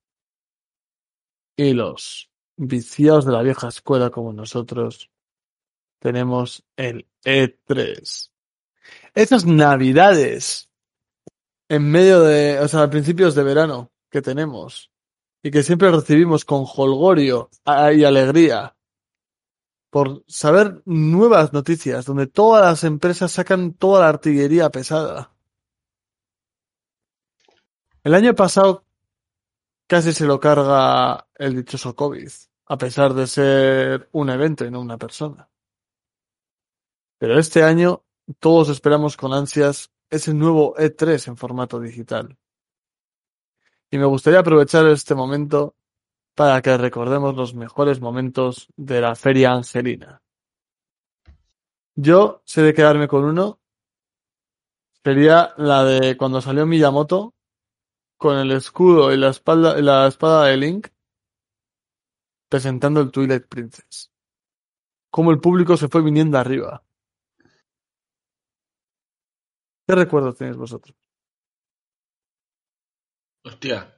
[SPEAKER 1] Y los viciados de la vieja escuela como nosotros tenemos el E tres. Esas navidades en medio de, o sea, a principios de verano que tenemos y que siempre recibimos con jolgorio y alegría por saber nuevas noticias donde todas las empresas sacan toda la artillería pesada. El año pasado casi se lo carga el dichoso COVID, a pesar de ser un evento y no una persona. Pero este año todos esperamos con ansias ese nuevo E tres en formato digital. Y me gustaría aprovechar este momento para que recordemos los mejores momentos de la Feria Angelina. Yo sé de quedarme con uno. Sería la de cuando salió Miyamoto con el escudo y la espalda, la espada de Link presentando el Twilight Princess. Cómo el público se fue viniendo arriba. ¿Qué recuerdos tenéis vosotros?
[SPEAKER 3] Hostia,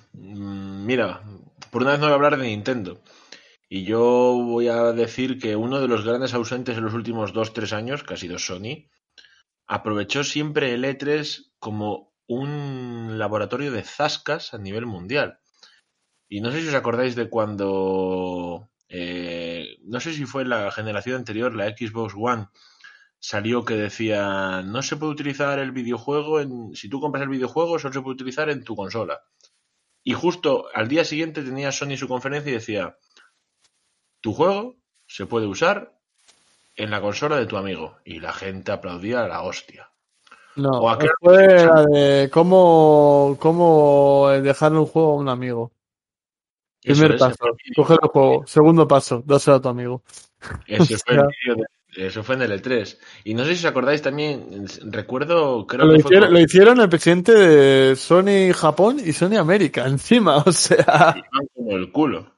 [SPEAKER 3] mira, por una vez no voy a hablar de Nintendo. Y yo voy a decir que uno de los grandes ausentes en los últimos dos tres años, que ha sido Sony, aprovechó siempre el E tres como un laboratorio de zascas a nivel mundial. Y no sé si os acordáis de cuando, eh, no sé si fue la generación anterior, la Xbox One, salió que decía, no se puede utilizar el videojuego, en, si tú compras el videojuego, solo se puede utilizar en tu consola. Y justo al día siguiente tenía Sony su conferencia y decía, tu juego se puede usar en la consola de tu amigo. Y la gente aplaudía a la hostia.
[SPEAKER 1] No,
[SPEAKER 3] O aquel...
[SPEAKER 1] fue la de cómo, cómo dejarle un juego a un amigo.
[SPEAKER 3] Eso
[SPEAKER 1] Primer
[SPEAKER 3] es,
[SPEAKER 1] paso, coger el juego. Segundo paso, dáselo a tu amigo.
[SPEAKER 3] Ese
[SPEAKER 1] O
[SPEAKER 3] fue
[SPEAKER 1] sea,
[SPEAKER 3] el vídeo de, eso fue en el E tres. Y no sé si os acordáis también, recuerdo, creo
[SPEAKER 1] lo,
[SPEAKER 3] que fue
[SPEAKER 1] hicieron,
[SPEAKER 3] con...
[SPEAKER 1] lo hicieron el presidente de Sony Japón y Sony América, encima, o sea.
[SPEAKER 3] Iban como el culo.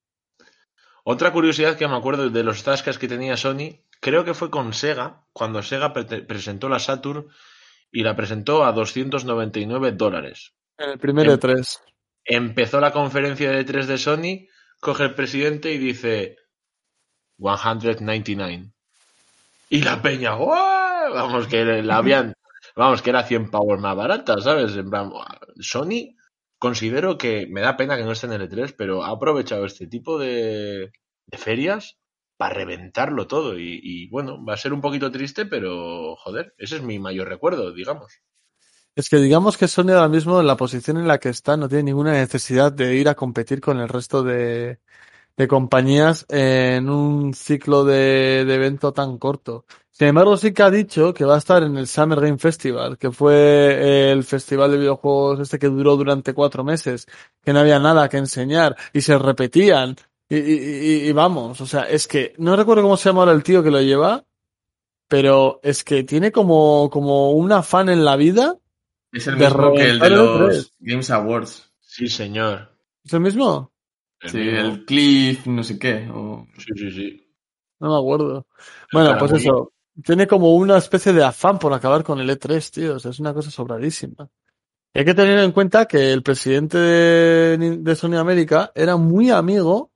[SPEAKER 3] Otra curiosidad que me acuerdo de los tascas que tenía Sony, creo que fue con Sega, cuando Sega pre- presentó la Saturn y la presentó a doscientos noventa y nueve dólares.
[SPEAKER 1] En el primer
[SPEAKER 3] Em-
[SPEAKER 1] E tres.
[SPEAKER 3] Empezó la conferencia de E tres de Sony, coge el presidente y dice ciento noventa y nueve. Y la peña, ¡guau! Vamos, que la habían, vamos, que era cien pavos más barata, ¿sabes? En plan, Sony, considero que me da pena que no esté en el E tres, pero ha aprovechado este tipo de, de ferias para reventarlo todo. Y, y bueno, va a ser un poquito triste, pero joder, ese es mi mayor recuerdo, digamos.
[SPEAKER 1] Es que digamos que Sony ahora mismo en la posición en la que está no tiene ninguna necesidad de ir a competir con el resto de, de compañías en un ciclo de, de evento tan corto. Sin embargo, sí que ha dicho que va a estar en el Summer Game Festival, que fue el festival de videojuegos este que duró durante cuatro meses, que no había nada que enseñar y se repetían. Y, y, y, y vamos, o sea, es que no recuerdo cómo se llama ahora el tío que lo lleva, pero es que tiene como, como un afán en la vida
[SPEAKER 4] Es el
[SPEAKER 1] de
[SPEAKER 4] mismo que el
[SPEAKER 1] reventar
[SPEAKER 4] de
[SPEAKER 1] el E tres.
[SPEAKER 4] los Games Awards.
[SPEAKER 3] Sí, señor.
[SPEAKER 1] ¿Es el mismo?
[SPEAKER 3] El
[SPEAKER 4] Sí,
[SPEAKER 3] mismo.
[SPEAKER 4] el Cliff, no sé qué. O...
[SPEAKER 3] Sí, sí, sí.
[SPEAKER 1] No me acuerdo.
[SPEAKER 3] El
[SPEAKER 1] Bueno, pues
[SPEAKER 3] caramuño.
[SPEAKER 1] eso. Tiene como una especie de afán por acabar con el E tres, tío. O sea, es una cosa sobradísima. Y hay que tener en cuenta que el presidente de, Ni- de Sony América era muy amigo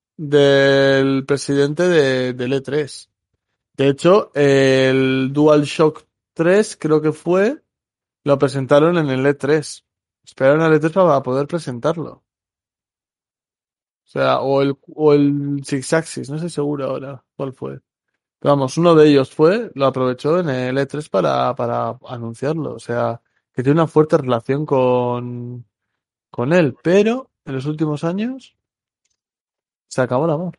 [SPEAKER 1] del presidente de, del E tres. De hecho, el DualShock tres, creo que fue, lo presentaron en el E tres. Esperaron al E tres para poder presentarlo. O sea, o el, o el Six Axis, no estoy seguro ahora cuál fue. Pero vamos, uno de ellos fue, lo aprovechó en el E tres para, para anunciarlo. O sea, que tiene una fuerte relación con, con él. Pero en los últimos años se acabó el amor.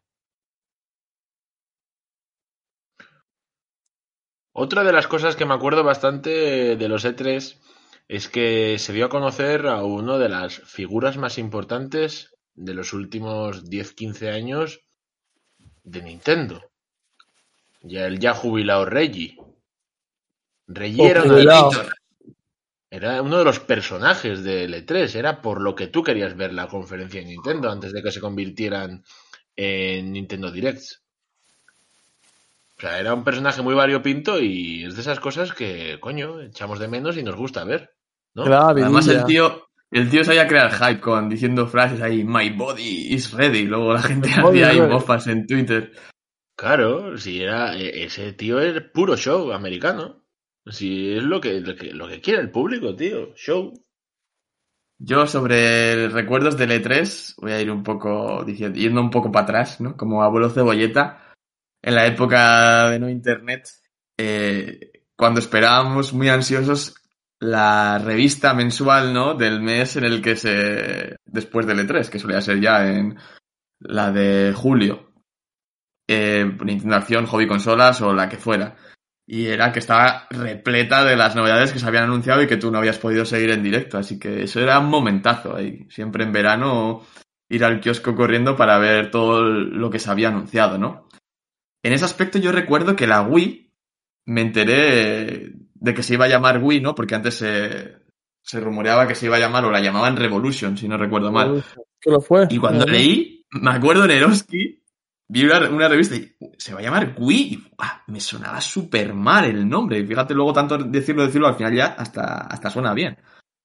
[SPEAKER 3] Otra de las cosas que me acuerdo bastante de los E tres es que se dio a conocer a una de las figuras más importantes de los últimos diez quince años de Nintendo. Ya el ya jubilado Reggie. Reggie
[SPEAKER 1] O
[SPEAKER 3] era, una de
[SPEAKER 1] jubilado.
[SPEAKER 3] las- era uno de los personajes del E tres, era por lo que tú querías ver la conferencia de Nintendo antes de que se convirtieran en Nintendo Directs. O sea, era un personaje muy variopinto y es de esas cosas que, coño, echamos de menos y nos gusta ver, ¿no?
[SPEAKER 1] Que daba
[SPEAKER 4] Además,
[SPEAKER 1] vidilla.
[SPEAKER 4] el tío, el tío sabía crear hype con diciendo frases ahí, my body is ready. Y luego la gente
[SPEAKER 1] My body
[SPEAKER 4] hacía
[SPEAKER 1] is
[SPEAKER 4] ahí
[SPEAKER 1] ready.
[SPEAKER 4] mofas en Twitter.
[SPEAKER 3] Claro, si era e- ese tío es puro show americano. Si es lo que, lo que lo que quiere el público, tío, show.
[SPEAKER 4] Yo sobre recuerdos del E tres voy a ir un poco diciendo, yendo un poco para atrás, ¿no? Como abuelo cebolleta, en la época de no internet, eh, cuando esperábamos muy ansiosos la revista mensual, ¿no? Del mes en el que se... después del E tres, que solía ser ya en la de julio. Eh, Nintendo Acción, Hobby Consolas o la que fuera. Y era que estaba repleta de las novedades que se habían anunciado y que tú no habías podido seguir en directo. Así que eso era un momentazo ahí. Siempre en verano ir al kiosco corriendo para ver todo lo que se había anunciado, ¿no? En ese aspecto yo recuerdo que la Wii me enteré de que se iba a llamar Wii, ¿no? Porque antes se, se rumoreaba que se iba a llamar, o la llamaban Revolution, si no recuerdo mal.
[SPEAKER 1] ¿Qué lo fue?
[SPEAKER 4] Y cuando leí, me acuerdo en Eroski, vi una, una revista y se va a llamar Wii. Y ¡ah! Me sonaba súper mal el nombre. Y fíjate, luego tanto decirlo, decirlo, al final ya hasta, hasta suena bien.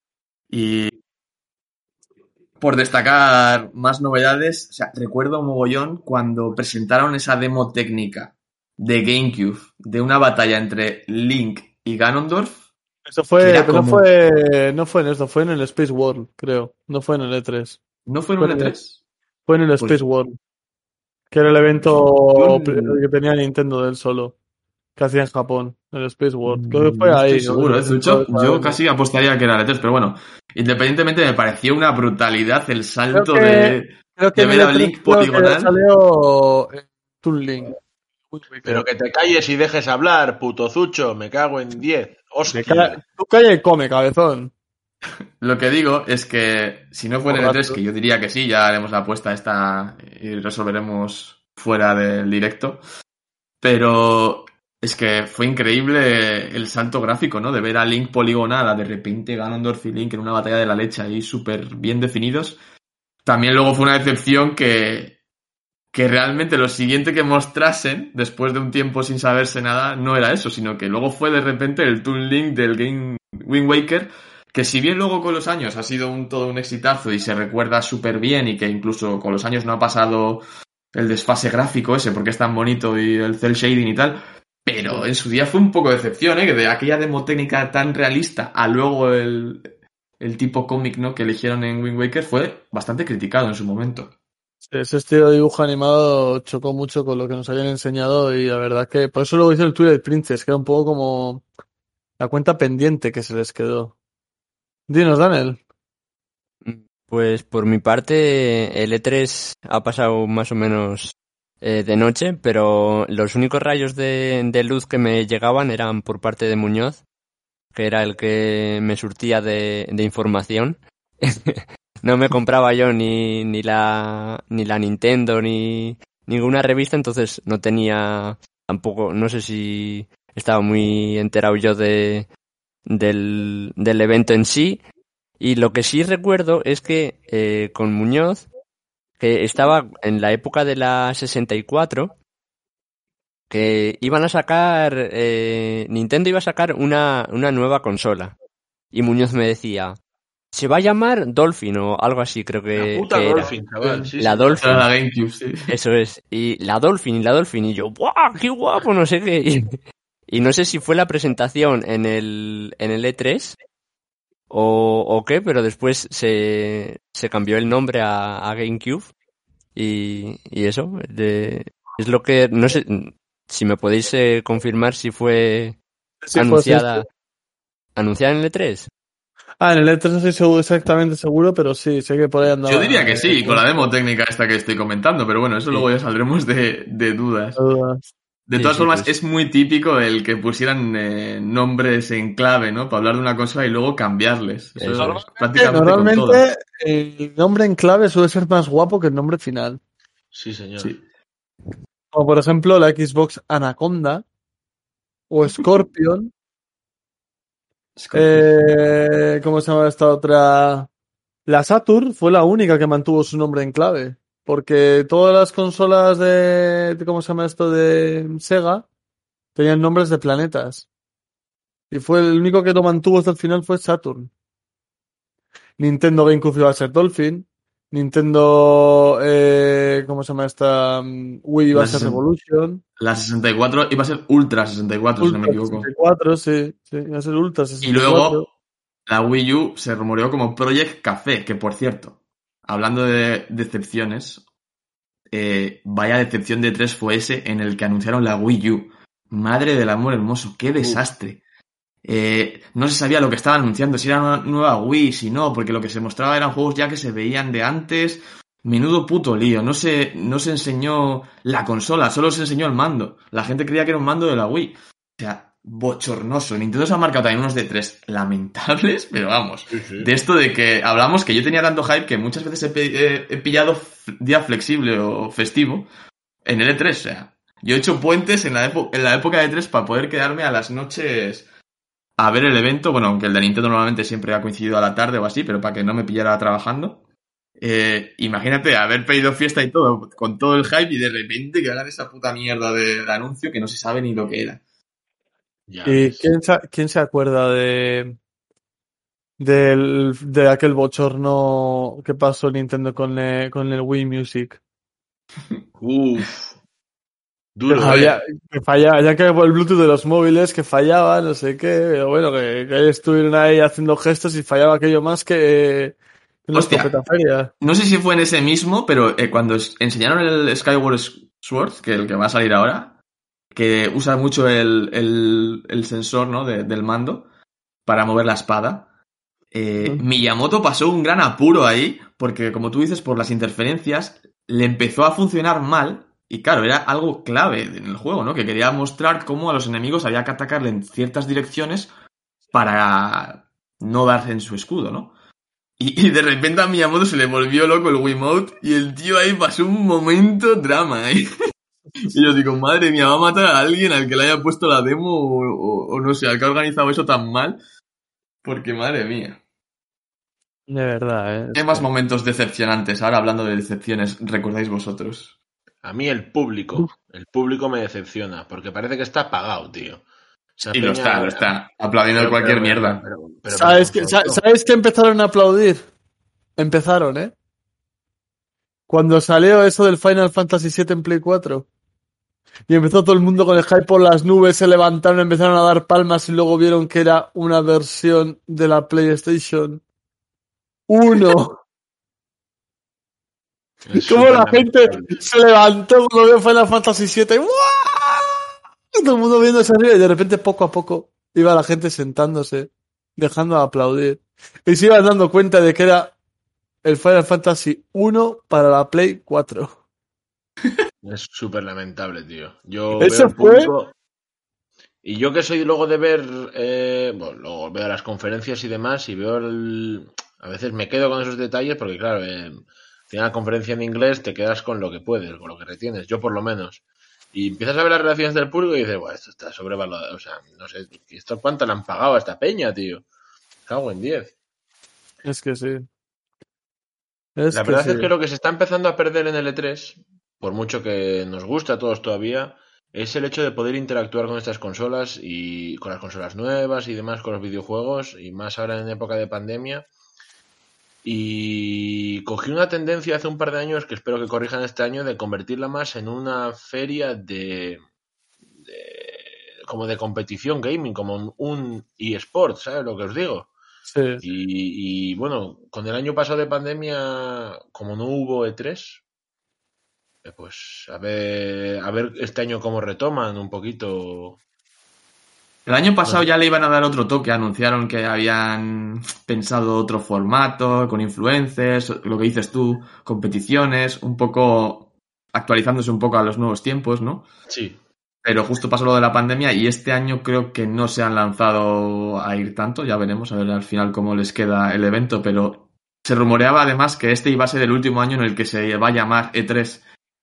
[SPEAKER 4] Y por destacar más novedades, o sea, recuerdo un mogollón cuando presentaron esa demo técnica de GameCube de una batalla entre Link y Ganondorf.
[SPEAKER 1] Eso fue,
[SPEAKER 4] que era
[SPEAKER 1] pero
[SPEAKER 4] como-
[SPEAKER 1] no fue, no fue en esto, fue en el Space World, creo. No fue en el E tres.
[SPEAKER 4] ¿No fue en
[SPEAKER 1] Fue
[SPEAKER 4] un
[SPEAKER 1] en
[SPEAKER 4] E
[SPEAKER 1] el,
[SPEAKER 4] tres?
[SPEAKER 1] fue en el
[SPEAKER 4] Pues-
[SPEAKER 1] Space World. Que era el evento
[SPEAKER 4] Yo-
[SPEAKER 1] que tenía Nintendo del solo. Que hacía en Japón, el Space World. Creo que fue
[SPEAKER 4] No
[SPEAKER 1] ahí.
[SPEAKER 4] estoy seguro, ¿eh, Zucho? Yo casi apostaría que era el E tres, pero bueno, independientemente me pareció una brutalidad el salto
[SPEAKER 1] Creo que-
[SPEAKER 4] de,
[SPEAKER 1] Creo que
[SPEAKER 4] de
[SPEAKER 1] en
[SPEAKER 4] ver
[SPEAKER 1] el
[SPEAKER 4] a
[SPEAKER 1] E tres
[SPEAKER 4] Link
[SPEAKER 1] creo que
[SPEAKER 4] poligonal.
[SPEAKER 1] salió eh, Toon Link. Uy, uy,
[SPEAKER 3] Pero que te calles y dejes hablar, puto Zucho. Me cago en diez.
[SPEAKER 1] Me
[SPEAKER 3] Hostia.
[SPEAKER 1] ca- Tú calla y come, cabezón.
[SPEAKER 4] Lo que digo es que si no fue en el E tres,
[SPEAKER 1] Borracho.
[SPEAKER 4] que yo diría que sí, ya haremos la apuesta esta y resolveremos fuera del directo. Pero es que fue increíble el salto gráfico, ¿no? De ver a Link poligonal, a de repente Ganondorf y Link en una batalla de la leche ahí súper bien definidos. También luego fue una decepción que, que realmente lo siguiente que mostrasen, después de un tiempo sin saberse nada, no era eso, sino que luego fue de repente el Toon Link del Game Wind Waker, que si bien luego con los años ha sido un, todo un exitazo y se recuerda súper bien y que incluso con los años no ha pasado el desfase gráfico ese porque es tan bonito y el cel shading y tal, pero en su día fue un poco de decepción, ¿eh? Que de aquella demo técnica tan realista a luego el, el tipo cómic, ¿no? que eligieron en Wind Waker fue bastante criticado en su momento.
[SPEAKER 1] Ese estilo de dibujo animado chocó mucho con lo que nos habían enseñado y la verdad que por eso luego hice el Twilight Princess, que era un poco como la cuenta pendiente que se les quedó. Dinos, Daniel.
[SPEAKER 2] Pues por mi parte, el E tres ha pasado más o menos eh, de noche, pero los únicos rayos de, de luz que me llegaban eran por parte de Muñoz, que era el que me surtía de, de información. No me compraba yo ni, ni la ni la Nintendo ni ninguna revista, entonces no tenía tampoco, no sé si estaba muy enterado yo de del, del evento en sí. Y lo que sí recuerdo es que eh, con Muñoz, que estaba en la época de la sesenta y cuatro, que iban a sacar, eh, Nintendo iba a sacar una, una nueva consola. Y Muñoz me decía, se va a llamar Dolphin o algo así, creo que,
[SPEAKER 3] La puta
[SPEAKER 2] que era.
[SPEAKER 3] Dolphin, chaval. Sí,
[SPEAKER 2] La
[SPEAKER 3] sí.
[SPEAKER 2] Dolphin.
[SPEAKER 4] Era la GameCube, sí.
[SPEAKER 2] Eso es. Y la Dolphin, y la Dolphin. Y yo, ¡buah! ¡Qué guapo! No sé qué. Y, y no sé si fue la presentación en el, en el E tres o, o qué, pero después se, se cambió el nombre a, a GameCube. Y, y eso, de, es lo que, no sé, si me podéis eh, confirmar si fue
[SPEAKER 1] Sí,
[SPEAKER 2] anunciada,
[SPEAKER 1] pues,
[SPEAKER 2] anunciada en el E tres.
[SPEAKER 1] Ah, en el E tres no estoy seguro, exactamente seguro, pero sí, sé que por ahí andaba.
[SPEAKER 4] Yo diría que sí, con la demo técnica esta que estoy comentando, pero bueno, eso
[SPEAKER 2] Sí.
[SPEAKER 4] luego ya saldremos de, de dudas.
[SPEAKER 1] Dudas.
[SPEAKER 4] De
[SPEAKER 2] Sí,
[SPEAKER 4] todas
[SPEAKER 2] sí,
[SPEAKER 4] formas,
[SPEAKER 2] pues.
[SPEAKER 4] es muy típico el que pusieran eh, nombres en clave, ¿no? Para hablar de una cosa y luego cambiarles. Eso
[SPEAKER 2] Eso
[SPEAKER 4] es prácticamente con todo.
[SPEAKER 1] Normalmente el nombre en clave suele ser más guapo que el nombre final.
[SPEAKER 3] Sí, señor.
[SPEAKER 4] Sí.
[SPEAKER 1] Como por ejemplo la Xbox Anaconda o Scorpion. Eh, ¿Cómo se llama esta otra? La Saturn fue la única que mantuvo su nombre en clave. Porque todas las consolas de, de- ¿cómo se llama esto? De Sega tenían nombres de planetas. Y fue el único que lo mantuvo hasta el final fue Saturn. Nintendo GameCube iba a ser Dolphin. Nintendo, eh, ¿cómo se llama esta? Mm, Wii iba a
[SPEAKER 4] La
[SPEAKER 1] ser
[SPEAKER 4] sesen-
[SPEAKER 1] Revolution.
[SPEAKER 4] La sesenta y cuatro iba a ser Ultra sesenta y cuatro, si no me
[SPEAKER 1] Ultra
[SPEAKER 4] equivoco.
[SPEAKER 1] sesenta y cuatro, sí, sí, iba a ser Ultra
[SPEAKER 4] Y
[SPEAKER 1] sesenta y cuatro.
[SPEAKER 4] luego la Wii U se rumoreó como Project Café, que por cierto, hablando de decepciones, eh, vaya decepción de tres fue ese en el que anunciaron la Wii U. Madre del amor hermoso, qué desastre. Eh, no se sabía lo que estaba anunciando, si era una nueva Wii, si no, porque lo que se mostraba eran juegos ya que se veían de antes. Menudo puto lío, no se, no se enseñó la consola, solo se enseñó el mando. La gente creía que era un mando de la Wii. O sea, bochornoso. Nintendo se ha marcado también unos D tres lamentables, pero vamos.
[SPEAKER 3] Sí, sí.
[SPEAKER 4] De esto de que hablamos, que yo tenía tanto hype que muchas veces he, he, he pillado f- día flexible o festivo en el E tres. O sea, yo he hecho puentes en la, epo- en la época de E tres para poder quedarme a las noches a ver el evento. Bueno, aunque el de Nintendo normalmente siempre ha coincidido a la tarde o así, pero para que no me pillara trabajando. Eh, imagínate haber pedido fiesta y todo, con todo el hype y de repente que hagan esa puta mierda de, de anuncio que no se sabe ni lo que era.
[SPEAKER 3] Ya
[SPEAKER 1] ¿Y
[SPEAKER 3] ves.
[SPEAKER 1] quién se, quién se acuerda de, del, de aquel bochorno que pasó Nintendo con el, con el Wii Music?
[SPEAKER 3] Uf.
[SPEAKER 1] Que
[SPEAKER 3] Duro,
[SPEAKER 1] falla,
[SPEAKER 3] eh.
[SPEAKER 1] que falla, ya que el Bluetooth de los móviles que fallaba, no sé qué, pero bueno, que, que estuvieron ahí haciendo gestos y fallaba aquello más que, que una
[SPEAKER 4] Hostia,
[SPEAKER 1] escopeta feria.
[SPEAKER 4] no sé si fue en ese mismo, pero eh, cuando es- enseñaron el Skyward Sword, que el que va a salir ahora, que usa mucho el, el, el sensor, ¿no? de- del mando para mover la espada. Eh,
[SPEAKER 1] Ujú.
[SPEAKER 4] Miyamoto pasó un gran apuro ahí, porque como tú dices, por las interferencias, le empezó a funcionar mal, y claro, era algo clave en el juego, ¿no? Que quería mostrar cómo a los enemigos había que atacarle en ciertas direcciones para no darse en su escudo, ¿no? Y, y de repente a Miyamoto se le volvió loco el Wiimote, y el tío ahí pasó un momento drama, ¿eh? Y yo digo, madre mía, va a matar a alguien al que le haya puesto la demo, o, o- o no sé, al que ha organizado eso tan mal, porque madre mía.
[SPEAKER 1] De verdad, ¿eh?
[SPEAKER 4] ¿Qué
[SPEAKER 1] Es
[SPEAKER 4] más
[SPEAKER 1] que...
[SPEAKER 4] momentos decepcionantes? Ahora hablando de decepciones, ¿recordáis vosotros?
[SPEAKER 3] A mí el público. El público me decepciona. Porque parece que está pagado, tío. Esa
[SPEAKER 4] Sí, lo
[SPEAKER 3] peña.
[SPEAKER 4] está, lo está. Aplaudiendo
[SPEAKER 3] Pero, pero,
[SPEAKER 4] cualquier
[SPEAKER 3] pero, pero,
[SPEAKER 4] mierda.
[SPEAKER 3] pero, pero, pero
[SPEAKER 1] ¿Sabes
[SPEAKER 3] por
[SPEAKER 1] que, sa-
[SPEAKER 3] favor.
[SPEAKER 1] ¿sabes que empezaron a aplaudir? Empezaron, ¿eh? Cuando salió eso del Final Fantasy siete en Play cuatro. Y empezó todo el mundo con el hype por las nubes, se levantaron, empezaron a dar palmas y luego vieron que era una versión de la PlayStation uno.
[SPEAKER 3] Es
[SPEAKER 1] Como
[SPEAKER 3] súper
[SPEAKER 1] la gente
[SPEAKER 3] lamentable.
[SPEAKER 1] se levantó cuando vio Final Fantasy siete. ¡Guau! Todo el mundo viendo esa arriba y de repente poco a poco iba la gente sentándose, dejando de aplaudir. Y se iban dando cuenta de que era el Final Fantasy uno para la Play cuatro.
[SPEAKER 3] Es súper lamentable, tío. Yo veo
[SPEAKER 1] Eso
[SPEAKER 3] el
[SPEAKER 1] fue...
[SPEAKER 3] público. Y yo que soy luego de ver, eh, bueno, luego veo las conferencias y demás y veo el... A veces me quedo con esos detalles porque, claro, eh, tiene la conferencia en inglés, te quedas con lo que puedes, con lo que retienes, yo por lo menos. Y empiezas a ver las reacciones del público y dices, bueno, esto está sobrevalorado, o sea, no sé, ¿esto cuánto le han pagado a esta peña, tío? Cago en diez.
[SPEAKER 1] Es que sí. Es
[SPEAKER 3] La
[SPEAKER 1] que
[SPEAKER 3] verdad
[SPEAKER 1] sí.
[SPEAKER 3] es que lo que se está empezando a perder en el E tres, por mucho que nos guste a todos todavía, es el hecho de poder interactuar con estas consolas y con las consolas nuevas y demás, con los videojuegos, y más ahora en época de pandemia. Y cogí una tendencia hace un par de años, que espero que corrijan este año, de convertirla más en una feria de, de- como de competición gaming, como un, un eSport, ¿sabes lo que os digo?
[SPEAKER 1] Sí.
[SPEAKER 3] Y, y, bueno, con el año pasado de pandemia, como no hubo E tres, eh, pues a ver, a ver este año cómo retoman un poquito.
[SPEAKER 4] El año
[SPEAKER 3] No
[SPEAKER 4] pasado
[SPEAKER 3] sé.
[SPEAKER 4] ya le iban a dar otro toque, anunciaron que habían pensado otro formato, con influencers, lo que dices tú, competiciones, un poco actualizándose un poco a los nuevos tiempos, ¿no?
[SPEAKER 3] Sí,
[SPEAKER 4] Pero justo pasó lo de la pandemia y este año creo que no se han lanzado a ir tanto, ya veremos a ver al final cómo les queda el evento, pero se rumoreaba además que este iba a ser el último año en el que se va a llamar E tres.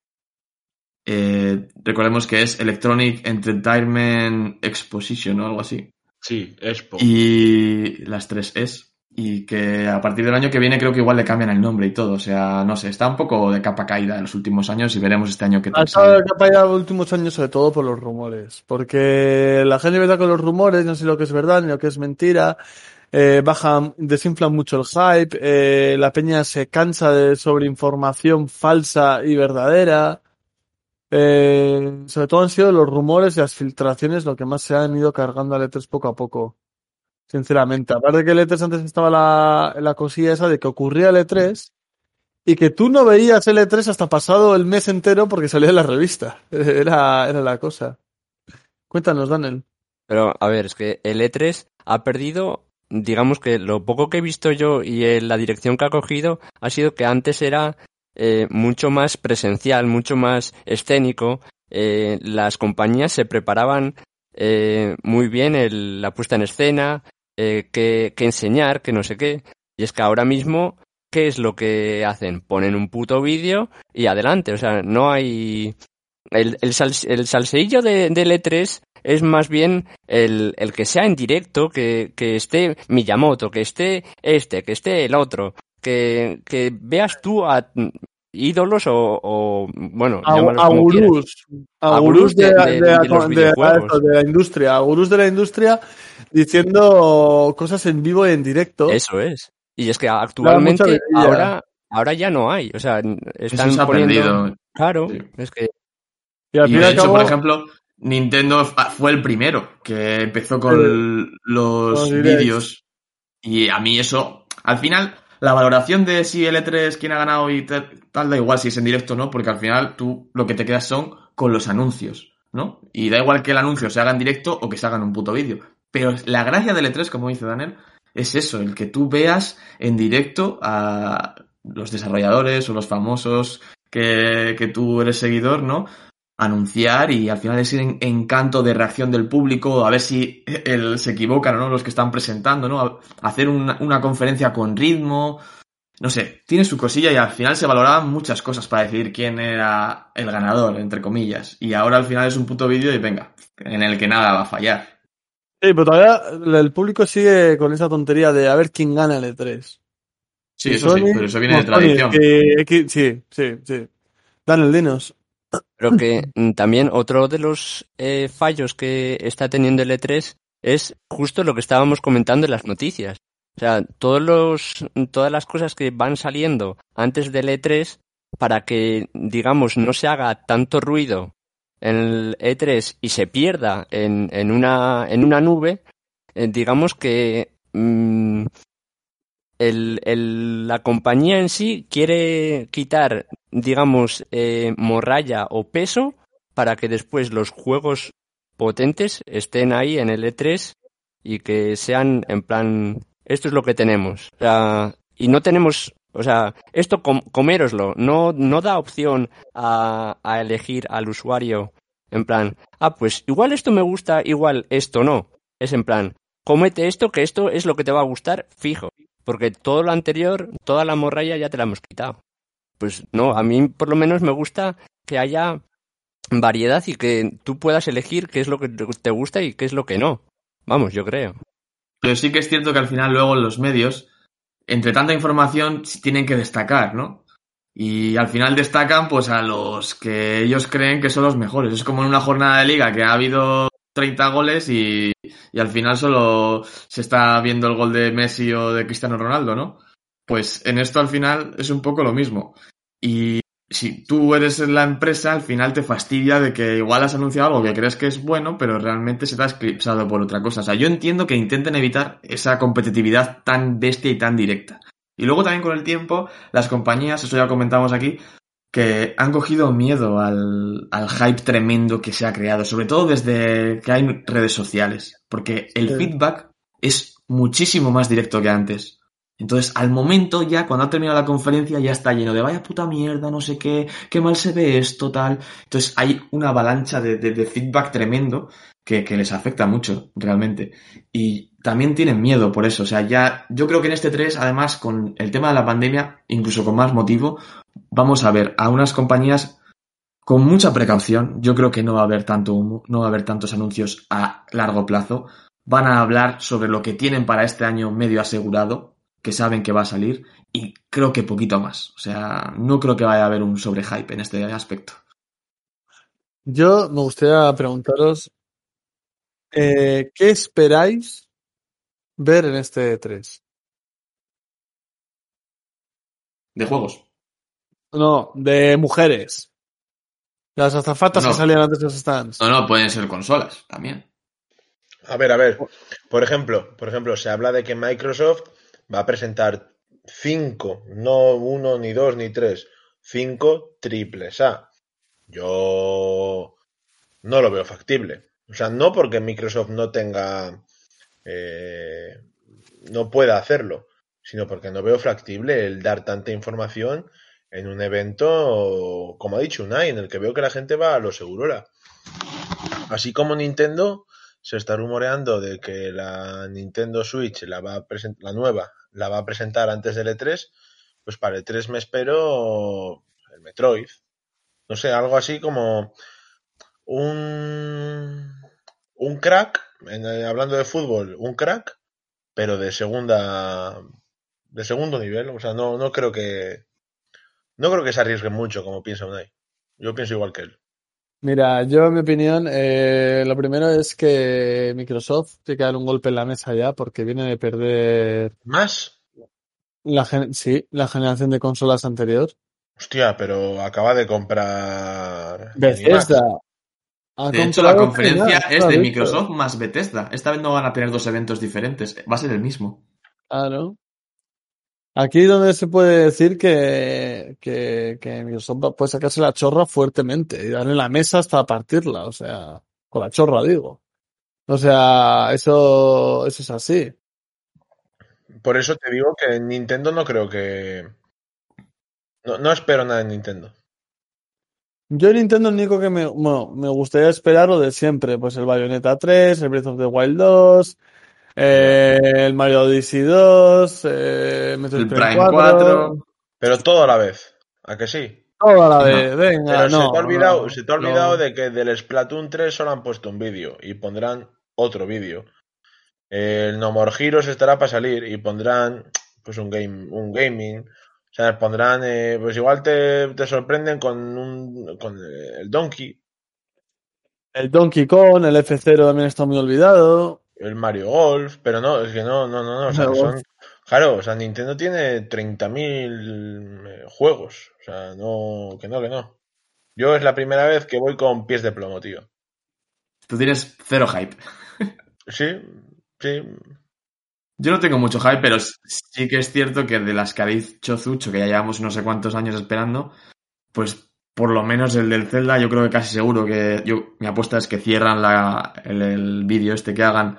[SPEAKER 4] Eh, recordemos que es Electronic Entertainment Exposition o algo así.
[SPEAKER 3] sí, Expo.
[SPEAKER 4] Y las tres es. Y que a partir del año que viene creo que igual le cambian el nombre y todo. O sea, no sé, está un poco de capa caída en los últimos años y veremos este año qué
[SPEAKER 1] Ha
[SPEAKER 4] tal
[SPEAKER 1] estado
[SPEAKER 4] sale.
[SPEAKER 1] de capa ya los últimos años, sobre todo por los rumores. Porque la gente verdad con los rumores, no sé lo que es verdad ni lo que es mentira. Eh, bajan, desinflan mucho el hype. Eh, la peña se cansa de sobreinformación falsa y verdadera. Eh, sobre todo han sido los rumores y las filtraciones lo que más se han ido cargando al E tres poco a poco. Sinceramente. Aparte de que el E tres antes estaba la, la cosilla esa de que ocurría el E tres. Y que tú no veías el E tres hasta pasado el mes entero porque salía en la revista. Era, era la cosa. Cuéntanos, Daniel.
[SPEAKER 2] Pero, a ver, es que el E tres ha perdido, digamos que lo poco que he visto yo y eh, la dirección que ha cogido ha sido que antes era eh, mucho más presencial, mucho más escénico. Eh, las compañías se preparaban eh, muy bien el- la puesta en escena, eh, qué, qué enseñar, que no sé qué. Y es que ahora mismo, ¿qué es lo que hacen? Ponen un puto vídeo y adelante. O sea, no hay... El, el, sal- el salseillo de, del E tres es más bien el, el que sea en directo, que, que esté Miyamoto, que esté este, que esté el otro, que, que veas tú a ídolos o, o bueno,
[SPEAKER 1] A,
[SPEAKER 2] llámalos
[SPEAKER 1] a
[SPEAKER 2] como quieras,
[SPEAKER 1] gurús, a
[SPEAKER 2] a
[SPEAKER 1] gurús
[SPEAKER 2] gurús
[SPEAKER 1] de,
[SPEAKER 2] de,
[SPEAKER 1] la-
[SPEAKER 2] de,
[SPEAKER 1] de, la
[SPEAKER 2] de los
[SPEAKER 1] co- de la- esto,
[SPEAKER 2] videojuegos.
[SPEAKER 1] de la industria, a gurús de la industria diciendo cosas en vivo y en directo.
[SPEAKER 2] Eso es. Y es que
[SPEAKER 1] Da mucha
[SPEAKER 2] actualmente
[SPEAKER 1] vidilla.
[SPEAKER 2] ahora, ahora ya no hay. O sea,
[SPEAKER 4] Eso se
[SPEAKER 2] están
[SPEAKER 4] ha
[SPEAKER 2] poniendo,
[SPEAKER 4] perdido.
[SPEAKER 2] claro,
[SPEAKER 4] Sí.
[SPEAKER 2] es que
[SPEAKER 1] Y al
[SPEAKER 4] Y
[SPEAKER 1] fin y
[SPEAKER 4] de
[SPEAKER 1] al
[SPEAKER 4] hecho, por
[SPEAKER 1] cabo,
[SPEAKER 4] ejemplo, Nintendo f- fue el primero que empezó
[SPEAKER 1] eh,
[SPEAKER 4] con
[SPEAKER 1] os
[SPEAKER 4] los
[SPEAKER 1] diréis.
[SPEAKER 4] vídeos. Y a mí eso, al final, la valoración de si el E tres, quién ha ganado y tal, tal, da igual si es en directo o no, porque al final tú lo que te quedas son con los anuncios, ¿no? Y da igual que el anuncio se haga en directo o que se haga en un puto vídeo. Pero la gracia del E tres, como dice Daniel, es eso, el que tú veas en directo a los desarrolladores o los famosos que, que tú eres seguidor, ¿no? Anunciar y al final ese en- encanto de reacción del público, a ver si el, se equivocan o no los que están presentando, ¿no? A- hacer una, una conferencia con ritmo, no sé, tiene su cosilla y al final se valoraban muchas cosas para decidir quién era el ganador, entre comillas. Y ahora al final es un puto vídeo y venga, en el que nada va a fallar.
[SPEAKER 1] Sí, pero todavía el público sigue con esa tontería de a ver quién gana el E tres.
[SPEAKER 4] Sí,
[SPEAKER 1] Si
[SPEAKER 4] eso sí,
[SPEAKER 1] Sony,
[SPEAKER 4] pero eso viene
[SPEAKER 1] no
[SPEAKER 4] de
[SPEAKER 1] Sony,
[SPEAKER 4] tradición.
[SPEAKER 1] que, que- sí, sí, sí. Daniel, dinos.
[SPEAKER 2] Pero que mm, también otro de los eh, fallos que está teniendo el E tres es justo lo que estábamos comentando en las noticias. O sea, todos los, todas las cosas que van saliendo antes del E tres para que, digamos, no se haga tanto ruido en el E tres y se pierda en, en una, en una nube, eh, digamos que mm, el, el- la compañía en sí quiere quitar, digamos, eh, morralla o peso para que después los juegos potentes estén ahí en el E tres y que sean en plan, esto es lo que tenemos. O sea, y no tenemos, o sea, esto com coméroslo, no, no da opción a, a elegir al usuario en plan, ah, pues igual esto me gusta, igual esto no. Es en plan, cómete esto, que esto es lo que te va a gustar fijo. Porque todo lo anterior, toda la morralla ya te la hemos quitado. Pues no, a mí por lo menos me gusta que haya variedad y que tú puedas elegir qué es lo que te gusta y qué es lo que no. Vamos, yo creo.
[SPEAKER 4] Pero sí que es cierto que al final luego los medios, entre tanta información, sí tienen que destacar, ¿no? Y al final destacan pues a los que ellos creen que son los mejores. Es como en una jornada de liga que ha habido treinta goles y, y al final solo se está viendo el gol de Messi o de Cristiano Ronaldo, ¿no? Pues en esto al final es un poco lo mismo. Y si tú eres la empresa, al final te fastidia de que igual has anunciado algo que crees que es bueno, pero realmente se te ha eclipsado por otra cosa. O sea, yo entiendo que intenten evitar esa competitividad tan bestia y tan directa. Y luego también con el tiempo, las compañías, eso ya comentamos aquí, que han cogido miedo al, al hype tremendo que se ha creado, sobre todo desde que hay redes sociales, porque el
[SPEAKER 1] Sí.
[SPEAKER 4] feedback es muchísimo más directo que antes. Entonces, al momento ya, cuando ha terminado la conferencia, ya está lleno de vaya puta mierda, no sé qué, qué mal se ve esto, tal. Entonces, hay una avalancha de, de, de feedback tremendo que, que les afecta mucho, realmente. Y también tienen miedo por eso. O sea, ya, yo creo que en este tres, además, con el tema de la pandemia, incluso con más motivo, vamos a ver a unas compañías con mucha precaución. Yo creo que no va a haber tanto humo, no va a haber tantos anuncios a largo plazo. Van a hablar sobre lo que tienen para este año medio asegurado, que saben que va a salir, y creo que poquito más. O sea, no creo que vaya a haber un sobrehype en este aspecto.
[SPEAKER 1] Yo me gustaría preguntaros, eh, ¿qué esperáis ver en este E tres?
[SPEAKER 4] De juegos.
[SPEAKER 1] No, de mujeres. Las
[SPEAKER 4] No,
[SPEAKER 1] azafatas que
[SPEAKER 4] no,
[SPEAKER 1] salían antes de los stands.
[SPEAKER 4] no, no, pueden ser consolas también.
[SPEAKER 3] A ver, a ver. Por ejemplo, por ejemplo, se habla de que Microsoft va a presentar cinco, no uno, ni dos, ni tres, cinco triples A. Yo no lo veo factible. O sea, no porque Microsoft no tenga, eh, no pueda hacerlo, sino porque no veo factible el dar tanta información en un evento, como ha dicho Unai, en el que veo que la gente va a lo seguro. Así como Nintendo, se está rumoreando de que la Nintendo Switch, la, va a present- la nueva, la va a presentar antes del E tres, pues para el E tres me espero el Metroid. No sé, algo así como un, un crack, en- hablando de fútbol, un crack, pero de segunda, de segundo nivel. O sea, no, no creo que, no creo que se arriesgue mucho como piensa Unai. Yo pienso igual que él.
[SPEAKER 1] Mira, yo en mi opinión, eh, lo primero es que Microsoft tiene que dar un golpe en la mesa ya porque viene de perder
[SPEAKER 3] ¿Más?
[SPEAKER 1] la, gen- sí, la generación de consolas anterior.
[SPEAKER 3] Hostia, pero acaba de comprar
[SPEAKER 1] Bethesda
[SPEAKER 3] Zenimax.
[SPEAKER 1] ha
[SPEAKER 4] De hecho, la
[SPEAKER 1] comprado
[SPEAKER 4] conferencia
[SPEAKER 1] Zenimax,
[SPEAKER 4] es
[SPEAKER 1] lo ha
[SPEAKER 4] de
[SPEAKER 1] dicho.
[SPEAKER 4] Microsoft más Bethesda. Esta vez no van a tener dos eventos diferentes, va a ser el mismo.
[SPEAKER 1] Ah, ¿no? Aquí donde se puede decir que, que, que Microsoft puede sacarse la chorra fuertemente y darle la mesa hasta partirla, o sea, con la chorra digo. O sea, eso, eso es así.
[SPEAKER 3] Por eso te digo que en Nintendo no creo que... No, no espero nada en Nintendo.
[SPEAKER 1] Yo en Nintendo lo único que me, bueno, me gustaría esperar lo de siempre, pues el Bayonetta tres, el Breath of the Wild dos,
[SPEAKER 3] Ya.
[SPEAKER 1] eh, el Mario Odyssey dos, eh, Metroid
[SPEAKER 4] El
[SPEAKER 1] Prime
[SPEAKER 4] Prime
[SPEAKER 1] cuatro,
[SPEAKER 4] cuatro.
[SPEAKER 3] Pero todo a la vez. ¿A que sí?
[SPEAKER 1] todo a la
[SPEAKER 4] No.
[SPEAKER 1] vez, venga,
[SPEAKER 3] Pero se te ha
[SPEAKER 1] no,
[SPEAKER 3] olvidado,
[SPEAKER 1] no,
[SPEAKER 3] se te ha olvidado
[SPEAKER 1] no.
[SPEAKER 3] de que del Splatoon tres solo han puesto un vídeo y pondrán otro vídeo. El No More Heroes estará para salir y pondrán pues un game, un gaming. O sea, pondrán, eh, pues igual te, te sorprenden con un, con eh, el Donkey,
[SPEAKER 1] El Donkey Kong, el F cero también está muy olvidado.
[SPEAKER 3] el Mario Golf, pero no, es que no, no, no, no, o sea, son, claro, o sea, Nintendo tiene treinta mil eh, juegos, o sea, no, que no, que no. Yo es la primera vez que voy con pies de plomo, tío.
[SPEAKER 4] Tú tienes cero hype.
[SPEAKER 3] Sí, sí,
[SPEAKER 4] Yo no tengo mucho hype, pero sí que es cierto que de las que ha dicho Zucho, que ya llevamos no sé cuántos años esperando, pues por lo menos el del Zelda, yo creo que casi seguro que yo mi apuesta es que cierran la, el, el vídeo este que hagan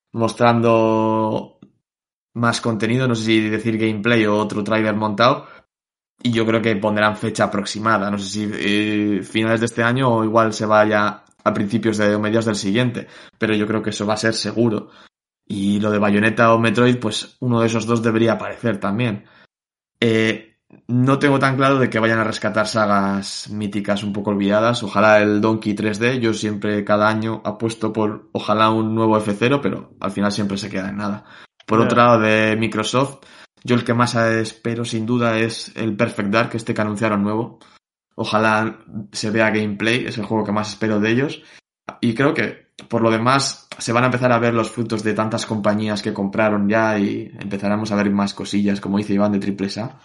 [SPEAKER 4] mostrando más contenido, no sé si decir gameplay o otro tráiler montado, y yo creo que pondrán fecha aproximada, no sé si eh, finales de este año o igual se vaya a principios de o mediados del siguiente, pero yo creo que eso va a ser seguro. Y lo de Bayonetta o Metroid, pues uno de esos dos debería aparecer también. Eh, no tengo tan claro de que vayan a rescatar sagas míticas un poco olvidadas. Ojalá el Donkey tres D. Yo siempre, cada año, apuesto por ojalá un nuevo F cero, pero al final siempre se queda en nada. Por otro
[SPEAKER 1] Yeah.
[SPEAKER 4] lado, de Microsoft, yo el que más espero sin duda es el Perfect Dark, este que anunciaron nuevo. Ojalá se vea gameplay, es el juego que más espero de ellos. Y creo que, por lo demás, se van a empezar a ver los frutos de tantas compañías que compraron ya y empezaremos a ver más cosillas, como dice Iván, de Triple A.